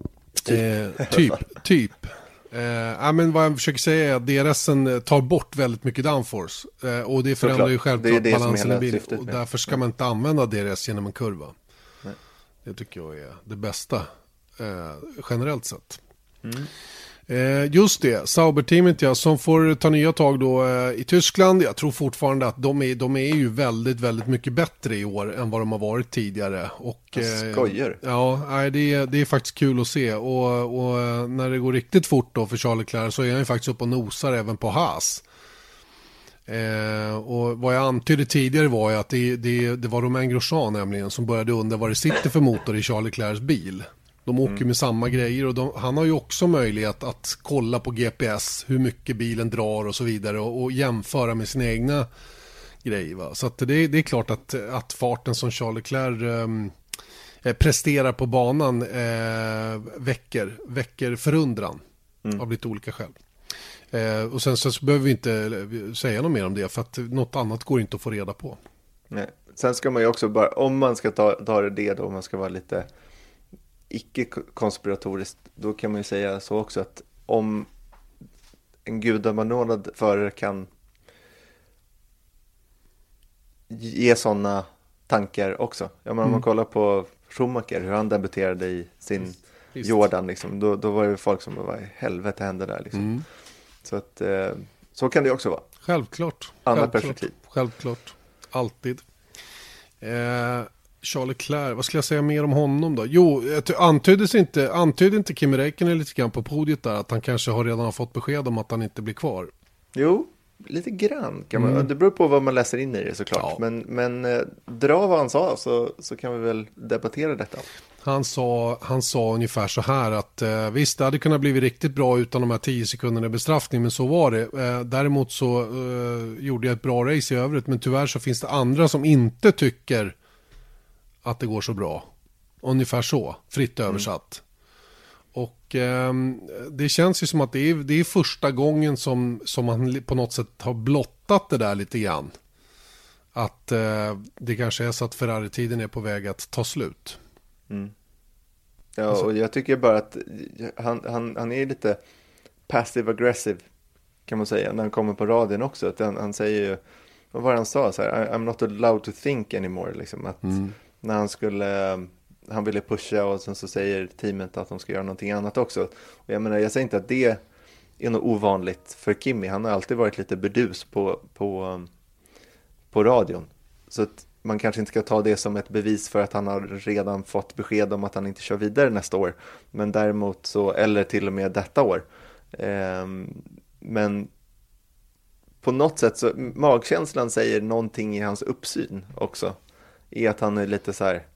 Typ. Men vad jag försöker säga är att DRSen tar bort väldigt mycket downforce, och det förändrar ju självklart balansen i bilen, och därför ska man inte använda DRS genom en kurva. Det tycker jag är det bästa generellt sett. Just det, Sauber-teamet som får ta nya tag då i Tyskland. Jag tror fortfarande att de är ju väldigt, väldigt mycket bättre i år än vad de har varit tidigare. Och, skojar. Det är faktiskt kul att se. Och när det går riktigt fort då för Charles Leclerc så är han ju faktiskt upp och nosar även på Haas. Och vad jag antydde tidigare var ju att det var Romain Grosjean nämligen som började undra vad det sitter för motor i Charles Leclercs bil. De åker med samma grejer och han har ju också möjlighet att kolla på GPS hur mycket bilen drar och så vidare och jämföra med sina egna grejer. Va? Så att det är klart att farten som Charles Leclerc presterar på banan väcker förundran av lite olika skäl. Och sen så behöver vi inte säga något mer om det för att något annat går inte att få reda på. Nej. Sen ska man ju också bara, om man ska ta det då, om man ska vara lite icke-konspiratoriskt, då kan man ju säga så också att om en gudabenådad förare kan ge sådana tankar också. Ja, men om man kollar på Schumacher, hur han debuterade i sin Jordan, liksom, då var det folk som var i helvete hände där. Liksom. Så att så kan det också vara. Självklart. Annat perspektiv. Självklart. Alltid. Charles Leclerc, vad skulle jag säga mer om honom då? Jo, antydde inte Kimi Räikkönen lite grann på podiet där att han kanske redan har fått besked om att han inte blir kvar? Jo, lite grann kan man. Det beror på vad man läser in i det såklart. Ja. Men dra vad han sa så kan vi väl debattera detta. Han sa ungefär så här att visst, det hade kunnat bli riktigt bra utan de här 10 sekunderna bestraffning, men så var det. Däremot så gjorde jag ett bra race i övrigt, men tyvärr så finns det andra som inte tycker att det går så bra. Ungefär så, fritt översatt. Och det känns ju som att det är första gången som man på något sätt har blottat det där lite grann. Att det kanske är så att Ferrari-tiden är på väg att ta slut. Ja, och jag tycker bara att han är lite passive-aggressive kan man säga när han kommer på radion också. Att han säger ju, vad var han sa? Så här, I'm not allowed to think anymore. Liksom, att när han ville pusha och sen så säger teamet att de ska göra någonting annat också. Och jag menar, jag säger inte att det är något ovanligt för Kimi. Han har alltid varit lite burdus på radion. Så att man kanske inte ska ta det som ett bevis för att han har redan fått besked om att han inte kör vidare nästa år. Men däremot så, eller till och med detta år. Men på något sätt så, magkänslan säger någonting i hans uppsyn också. I att han är lite så här,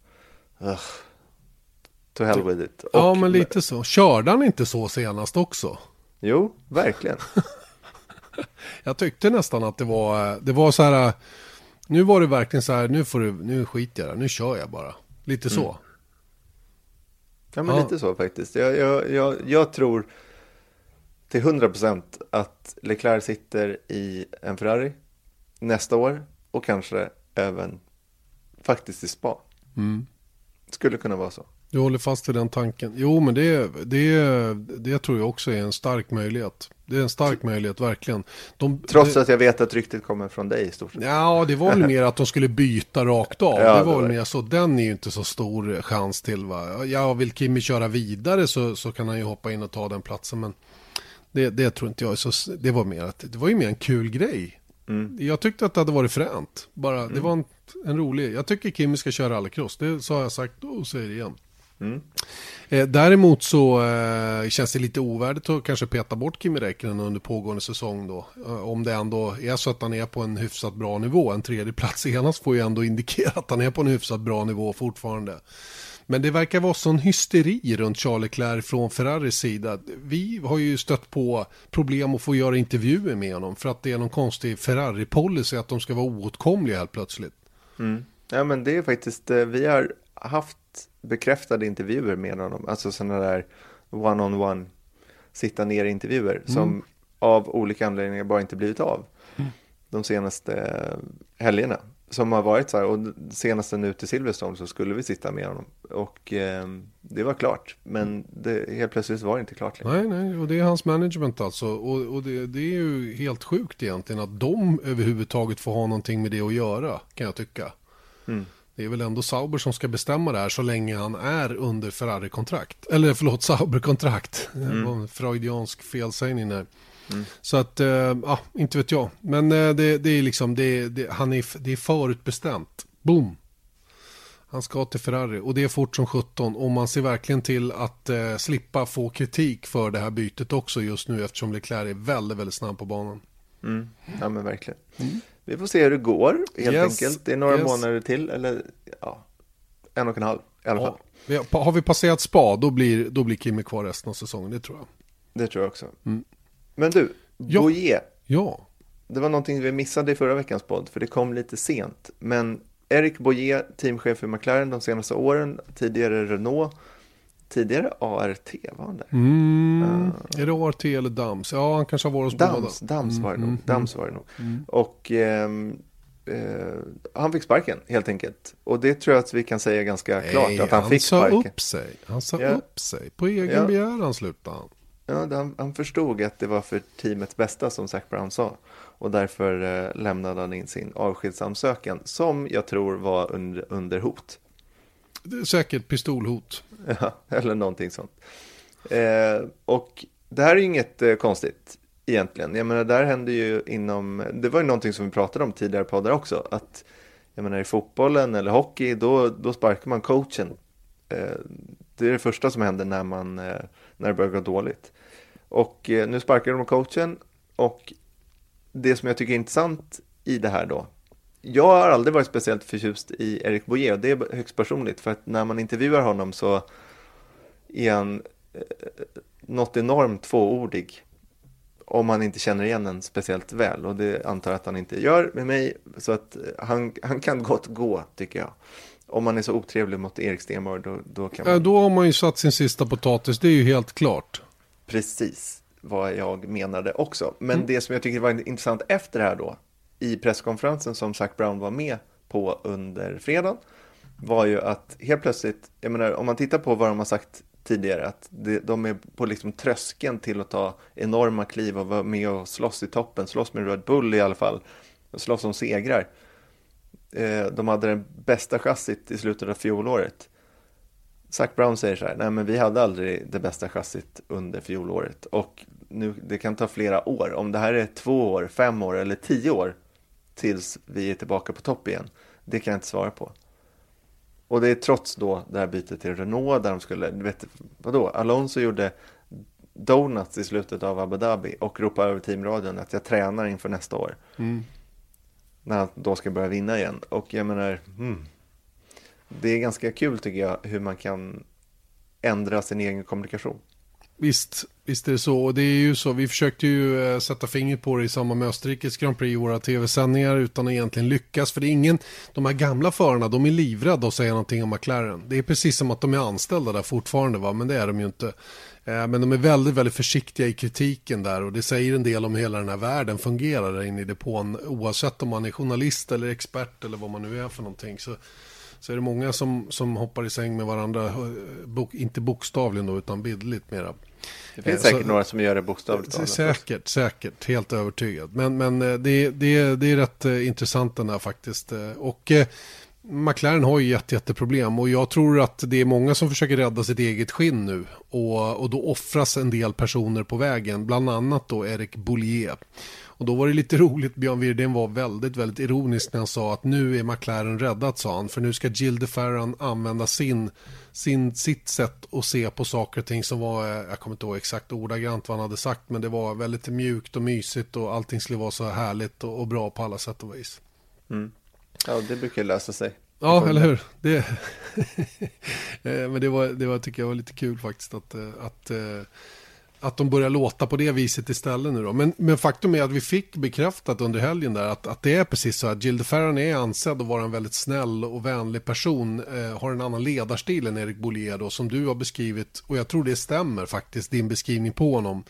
to hell with it. Ja, men lite så. Körde han inte så senast också? Jo, verkligen. Jag tyckte nästan att det var så här. Nu var det verkligen så här, nu skiter jag där, nu kör jag bara. Lite så. Ja, men lite så faktiskt. Jag tror till 100% att Leclerc sitter i en Ferrari nästa år och kanske även faktiskt i Spa. Skulle kunna vara så. Du håller fast vid den tanken. Jo, men det tror jag också är en stark möjlighet. Det är en stark möjlighet, verkligen. Trots att jag vet att ryktet kommer från dig i stort sett. Ja, det var väl mer att de skulle byta rakt av. Ja, det var väl mer så. Den är ju inte så stor chans till, va. Ja, vill Kimi köra vidare så kan han ju hoppa in och ta den platsen. Men det tror inte jag. Så det var mer att det var ju mer en kul grej. Jag tyckte att det hade varit fränt. Bara, det var en rolig. Jag tycker Kimi ska köra rallycross. Det så har jag sagt och säger det igen. Däremot så känns det lite ovärdigt att kanske peta bort Kimi Räikkönen under pågående säsong då. Om det ändå är så att han är på en hyfsat bra nivå. En tredje plats senast får ju ändå indikera att han är på en hyfsat bra nivå fortfarande. Men det verkar vara sån hysteri runt Charles Leclerc från Ferraris sida. Vi har ju stött på problem att få göra intervjuer med honom för att det är någon konstig Ferrari-policy att de ska vara oåtkomliga helt plötsligt. Ja, men det är faktiskt, vi har haft bekräftade intervjuer med honom, alltså sådana där one-on-one sitta ner intervjuer som av olika anledningar bara inte blivit av de senaste helgerna som har varit så här, och senaste nu till Silverstone så skulle vi sitta med honom och det var klart, men helt plötsligt var det inte klart längre. Nej, och det är hans management alltså, och det är ju helt sjukt egentligen att de överhuvudtaget får ha någonting med det att göra, kan jag tycka. det är väl ändå Sauber som ska bestämma det här så länge han är under Ferrari-kontrakt. Eller förlåt, Sauber-kontrakt. Det var en freudiansk felsägning där. Så att, inte vet jag. Men det är liksom, det är förutbestämt. Boom! Han ska till Ferrari och det är fort som 17 och man ser verkligen till att slippa få kritik för det här bytet också just nu eftersom Leclerc är väldigt, väldigt snabb på banan. Ja men verkligen. Vi får se hur det går helt enkelt. Det är några månader till eller 1,5 i alla fall. Har vi passerat Spa då blir Kimi kvar resten av säsongen, det tror jag. Det tror jag också. Men du, Boyer. Ja. Det var någonting vi missade i förra veckans podd för det kom lite sent. Men Eric Boyer, teamchef för McLaren de senaste åren, tidigare Renault, tidigare ART var han där. Är det ART eller Dams? Ja, han kanske har varit hos båda. Dams var det nog. Dams var det nog. Och han fick sparken helt enkelt. Och det tror jag att vi kan säga ganska klart att han fick sparken. Han sa upp sig. På egen begäran slutade han. Ja, han förstod att det var för teamets bästa som Zac Brown sa. Och därför lämnade han in sin avskedsansökan som jag tror var under hot. Det är säkert pistolhot. Ja, eller någonting sånt. Och det här är ju inget konstigt egentligen. Jag menar, där hände ju det var ju någonting som vi pratade om tidigare poddar också. Att, jag menar, i fotbollen eller hockey, då sparkar man coachen. Det är det första som händer när det börjar gå dåligt. Och nu sparkar de coachen. Och det som jag tycker är intressant i det här då. Jag har aldrig varit speciellt förtjust i Eric Boyer. Och det är högst personligt. För att när man intervjuar honom så är han något enormt tvåordig. Om man inte känner igen en speciellt väl. Och det antar att han inte gör med mig. Så att han kan gott gå, tycker jag. Om man är så otrevlig mot Erik Stenborg, då kan man... Då har man ju satt sin sista potatis, det är ju helt klart. Precis vad jag menade också. Men det som jag tycker var intressant efter det här då, i presskonferensen som Zac Brown var med på under fredagen, var ju att helt plötsligt, jag menar, om man tittar på vad de har sagt tidigare, att de är på liksom tröskeln till att ta enorma kliv och vara med och slåss i toppen, slåss med Red Bull i alla fall, och slåss om segrar. De hade den bästa chassit i slutet av fjolåret. Zac Brown säger så här: nej, men vi hade aldrig det bästa chassit under fjolåret. Och nu, det kan ta flera år. Om det här är 2 år, 5 år eller 10 år tills vi är tillbaka på topp igen, det kan jag inte svara på. Och det är trots då det här bytet till Renault där de skulle, du vet, vadå? Alonso gjorde donuts i slutet av Abu Dhabi och ropade över teamradion att jag tränar inför nästa år. När han då ska börja vinna igen. Och jag menar, det är ganska kul tycker jag hur man kan ändra sin egen kommunikation. Visst är det så. Och det är ju så, vi försökte ju sätta fingret på det i samband med Österrikes Grand Prix i våra tv-sändningar utan att egentligen lyckas. För det är de här gamla förarna, de är livrädda att säga någonting om McLaren. Det är precis som att de är anställda där fortfarande, va? Men det är de ju inte. Men de är väldigt, väldigt försiktiga i kritiken där och det säger en del om hur hela den här världen fungerar där inne i depån. Oavsett om man är journalist eller expert eller vad man nu är för någonting, så är det många som hoppar i säng med varandra, inte bokstavligen då, utan bildligt mera. Det finns säkert några som gör det bokstavligt. Säkert, helt övertygad. Men det är rätt intressant den där faktiskt. Och McLaren har ju jätteproblem och jag tror att det är många som försöker rädda sitt eget skinn nu och då offras en del personer på vägen, bland annat då Eric Boyer. Och då var det lite roligt, Björn Wirdén var väldigt, väldigt ironisk när han sa att nu är McLaren räddat, sa han, för nu ska Gilles de Ferran använda sitt sätt att se på saker och ting som var, jag kommer inte ihåg exakt ordagrant vad han hade sagt, men det var väldigt mjukt och mysigt och allting skulle vara så härligt och bra på alla sätt och vis. Ja, det brukar lösa sig. Ja, eller hur? Men det var tycker jag var lite kul faktiskt att de börjar låta på det viset istället nu då. Men faktum är att vi fick bekräftat under helgen där att det är precis så att Gilles de Ferran är ansedd att vara en väldigt snäll och vänlig person, har en annan ledarstil än Eric Boyer då, som du har beskrivit, och jag tror det stämmer faktiskt, din beskrivning på honom.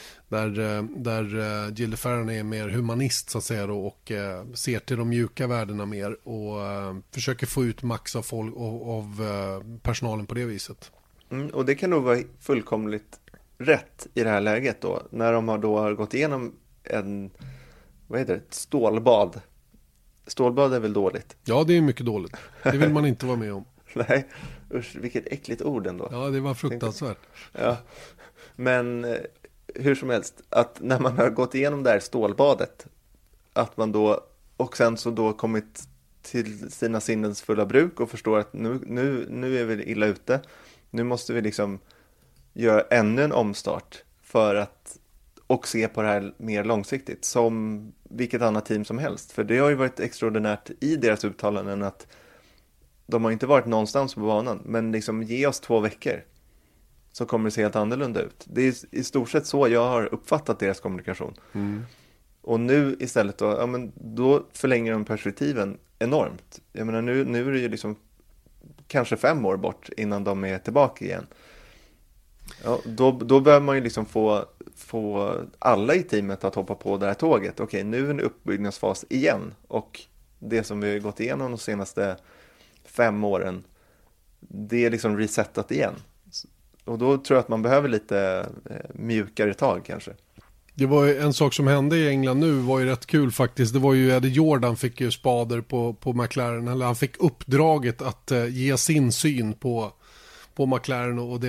Där Gilles de Ferran är mer humanist så att säga då, och ser till de mjuka värdena mer och försöker få ut max av folk av personalen på det viset. Och det kan nog vara fullkomligt rätt i det här läget då, när de har gått igenom ett stålbad Stålbad är väl dåligt? Ja, det är mycket dåligt. Det vill man inte vara med om. Nej, usch, vilket äckligt ord ändå. Ja, det var fruktansvärt. Ja, men hur som helst, att när man har gått igenom det här stålbadet, att man då, och sen så då kommit till sina sinnens fulla bruk och förstår att nu är vi illa ute. Nu måste vi liksom göra ännu en omstart för att och se på det här mer långsiktigt som vilket annat team som helst. För det har ju varit extraordinärt i deras uttalanden att de har inte varit någonstans på banan, men liksom ge oss 2 veckor så kommer det se helt annorlunda ut. Det är i stort sett så jag har uppfattat deras kommunikation. Och nu istället då, ja, men då förlänger de perspektiven enormt. Jag menar nu är det ju liksom kanske 5 år bort innan de är tillbaka igen. Ja, då behöver man ju liksom få alla i teamet att hoppa på det här tåget. Okej, nu är det en uppbyggnadsfas igen. Och det som vi har gått igenom de senaste 5 åren, det är liksom resetat igen. Och då tror jag att man behöver lite mjukare tag kanske. Det var ju en sak som hände i England nu var ju rätt kul faktiskt. Det var ju Eddie Jordan fick ju spader på McLaren. Eller han fick uppdraget att ge sin syn på McLaren och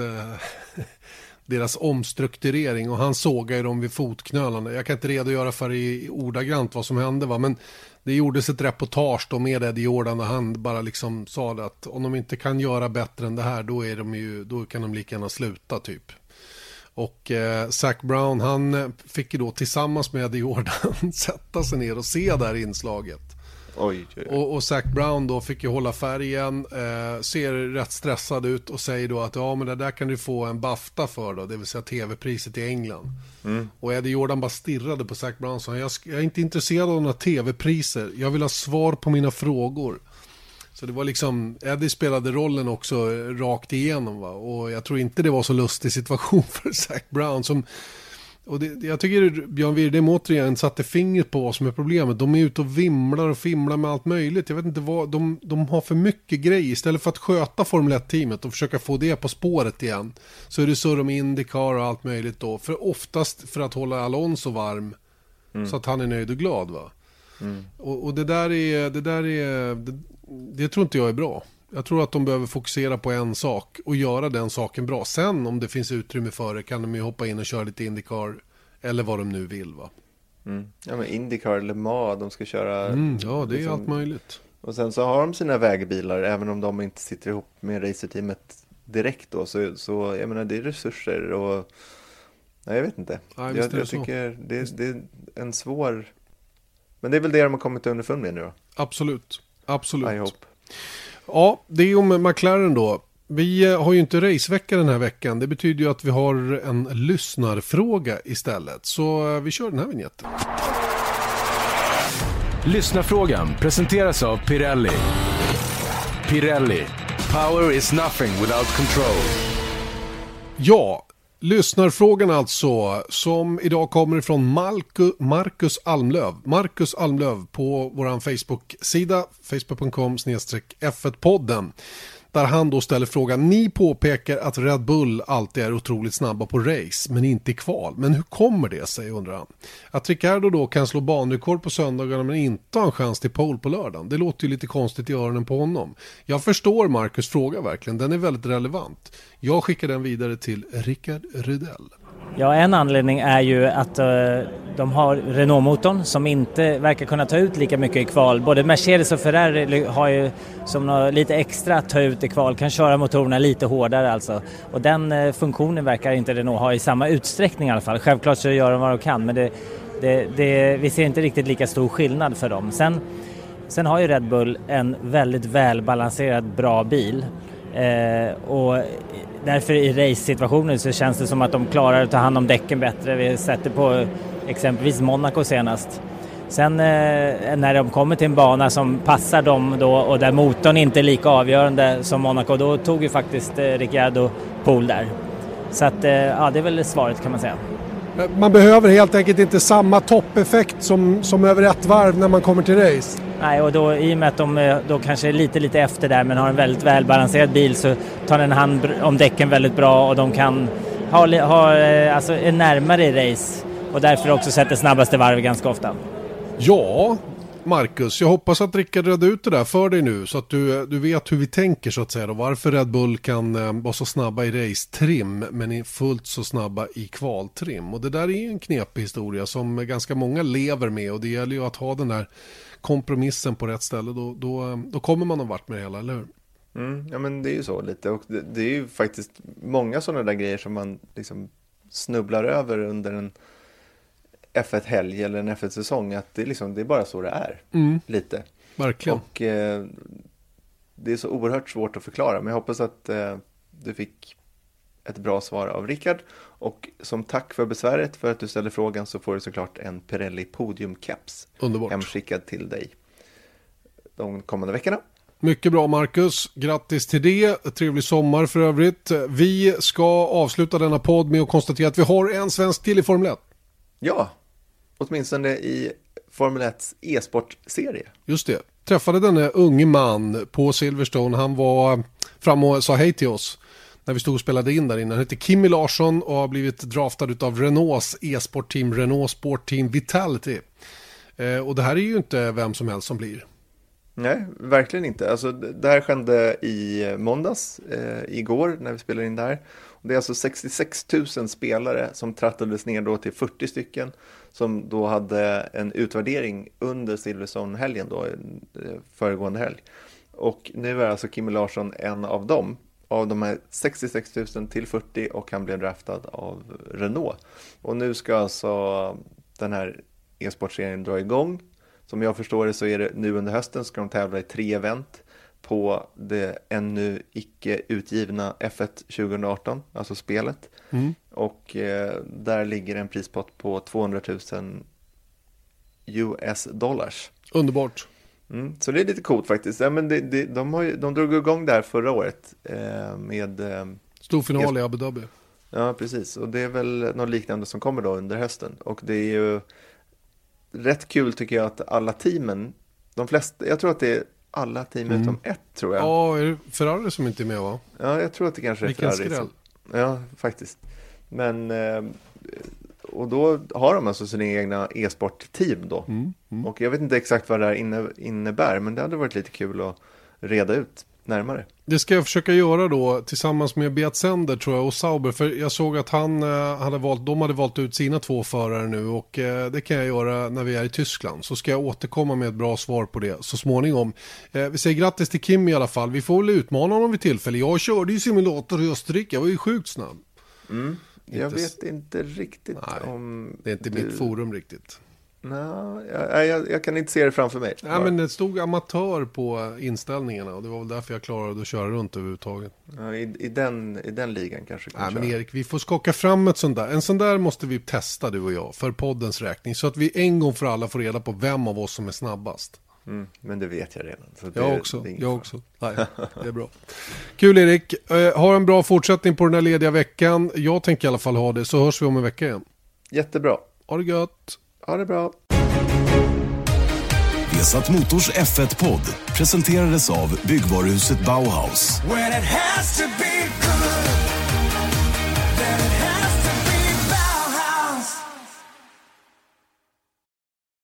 deras omstrukturering. Och han sågade dem vid fotknölarna. Jag kan inte redogöra för i ordagrant vad som hände, va? Men det gjordes ett reportage då med Eddie Jordan och han bara liksom sa det att om de inte kan göra bättre än det här då kan de lika gärna sluta typ. Och Zac Brown han fick ju då tillsammans med Eddie Jordan sätta sig ner och se det här inslaget. Oj. Och Zac Brown då fick ju hålla färgen, ser rätt stressad ut och säger då att ja men det där kan du få en BAFTA för då, det vill säga tv-priset i England. Och Eddie Jordan bara stirrade på Zac Brown och sa jag är inte intresserad av några tv-priser, jag vill ha svar på mina frågor. Så det var liksom, Eddie spelade rollen också rakt igenom, va? Och jag tror inte det var så lustig situation för Zac Brown och jag tycker Björn Wirdheim återigen satte fingret på vad som är problemet. De är ute och vimlar och fimlar med allt möjligt. Jag vet inte vad, de har för mycket grej. Istället för att sköta Formel 1-teamet och försöka få det på spåret igen, så är det så de IndyCar och allt möjligt då. För oftast för att hålla Alonso varm så att han är nöjd och glad, va? Och det tror inte jag är bra. Jag tror att de behöver fokusera på en sak och göra den saken bra. Sen om det finns utrymme för det kan de ju hoppa in och köra lite IndyCar eller vad de nu vill, va? Ja, men IndyCar, Le Mans, de ska köra... ja, det är liksom, allt möjligt. Och sen så har de sina vägbilar, även om de inte sitter ihop med racerteamet direkt då. Så jag menar, det är resurser och... Nej, jag vet inte. Nej, jag tycker det är en svår... Men det är väl det de har kommit underfund med nu då? Absolut. I hope. Ja, det är om McLaren då. Vi har ju inte racevecka den här veckan. Det betyder ju att vi har en lyssnarfråga istället. Så vi kör den här vignetten. Lyssnarfrågan presenteras av Pirelli. Pirelli. Power is nothing without control. Ja, lyssnarfrågan alltså, som idag kommer ifrån Marcus Almlöv. Marcus Almlöv på vår Facebook-sida, facebook.com/F1podden. Där han då ställer frågan: ni påpekar att Red Bull alltid är otroligt snabba på race, men inte i kval. Men hur kommer det sig, undrar han? Att Ricciardo då kan slå banrekord på söndagarna men inte ha en chans till pole på lördagen. Det låter ju lite konstigt i öronen på honom. Jag förstår Marcus fråga verkligen, den är väldigt relevant. Jag skickar den vidare till Rickard Rydell. Ja, en anledning är ju att de har Renault-motorn som inte verkar kunna ta ut lika mycket i kval. Både Mercedes och Ferrari har ju som lite extra att ta ut i kval, kan köra motorerna lite hårdare alltså. Och den funktionen verkar inte Renault ha i samma utsträckning i alla fall. Självklart så gör de vad de kan, men vi ser inte riktigt lika stor skillnad för dem. Sen har ju Red Bull en väldigt välbalanserad bra bil. Och därför i race-situationen så känns det som att de klarar att ta hand om däcken bättre. Vi har sett det på exempelvis Monaco senast. Sen när de kommer till en bana som passar dem då och där motorn inte är lika avgörande som Monaco, då tog ju faktiskt Ricciardo pole där. Så att ja, det är väl svaret kan man säga. Man behöver helt enkelt inte samma toppeffekt som över ett varv när man kommer till race. Nej, och då, i och med att de då kanske är lite efter där men har en väldigt välbalanserad bil, så tar den hand om däcken väldigt bra och de kan alltså är närmare i race och därför också sätter snabbaste varv ganska ofta. Ja, Marcus, jag hoppas att Rickard redde ut det där för dig nu så att du vet hur vi tänker så att säga. Och varför Red Bull kan vara så snabba i race-trim men är fullt så snabba i kvaltrim. Och det där är en knepig historia som ganska många lever med och det gäller ju att ha den där kompromissen på rätt ställe. Då kommer man att vart med det hela, eller hur? Ja, men det är ju så lite. Och det är ju faktiskt många sådana där grejer som man liksom snubblar över under en F1-helg eller en F1-säsong. Att det är bara så det är. Lite. Verkligen. Och det är så oerhört svårt att förklara. Men jag hoppas att du fick ett bra svar av Rickard. Och som tack för besväret för att du ställde frågan så får du såklart en Pirelli Podium-caps hemskickad till dig de kommande veckorna. Mycket bra Marcus, grattis till det, trevlig sommar för övrigt. Vi ska avsluta denna podd med att konstatera att vi har en svensk till i Formel 1. Ja, åtminstone i Formel 1 e-sportserie. Just det, träffade denne unge man på Silverstone, han var fram och sa hej till oss när vi stod och spelade in där inne. Han heter Kimi Larsson och har blivit draftad av Renaults e-sportteam, Renault Sport Team Vitality. Och det här är ju inte vem som helst som blir. Nej, verkligen inte. Alltså, det här skedde i måndags, igår när vi spelade in där. Och det är alltså 66 000 spelare som trattades ner då till 40 stycken som då hade en utvärdering under Silverstone-helgen då, föregående helg. Och nu är alltså Kimi Larsson en av dem. Av de här 66 000 till 40 och han blev draftad av Renault. Och nu ska alltså den här e-sportserien dra igång. Som jag förstår det så är det nu under hösten ska de tävla i 3 event på det ännu icke utgivna F1 2018, alltså spelet. Och där ligger en prispott på 200 000 US dollars. Underbart. Så det är lite coolt faktiskt. Ja, men de drog igång där förra året med stor final i Abu Dhabi. Ja, precis. Och det är väl något liknande som kommer då under hösten. Och det är ju rätt kul tycker jag att alla teamen, de flesta, jag tror att det är alla team utom ett tror jag. Ja, är det Ferrari som inte är med va? Ja, jag tror att det kanske är Ferrari. Ja, faktiskt. Men och då har de alltså sina egna e-sportteam då. Och jag vet inte exakt vad det här innebär, men det hade varit lite kul att reda ut närmare. Det ska jag försöka göra då tillsammans med Beat Sender tror jag och Sauber, för jag såg att de hade valt ut sina 2 förare nu och det kan jag göra när vi är i Tyskland, så ska jag återkomma med ett bra svar på det så småningom. Vi säger grattis till Kim i alla fall, vi får väl utmana honom vid tillfälle. Jag körde ju simulator i Österrike, jag var ju sjukt snabb. Jag vet inte riktigt om det är inte mitt forum riktigt. Nej, jag kan inte se det framför mig. Nej, men det stod amatör på inställningarna och det var väl därför jag klarade att köra runt överhuvudtaget. Ja, i den ligan kanske. Nej, men Erik, vi får skaka fram ett sånt där. En sån där måste vi testa du och jag för poddens räkning så att vi en gång för alla får reda på vem av oss som är snabbast. Men det vet jag redan. Så jag också. Nej, det är bra. Kul Erik, ha en bra fortsättning på den här lediga veckan. Jag tänker i alla fall ha det, så hörs vi om en vecka igen. Jättebra. Ha det gött. Ha det bra. Vesat Motors F1-podd presenterades av byggvaruhuset Bauhaus. When it has to be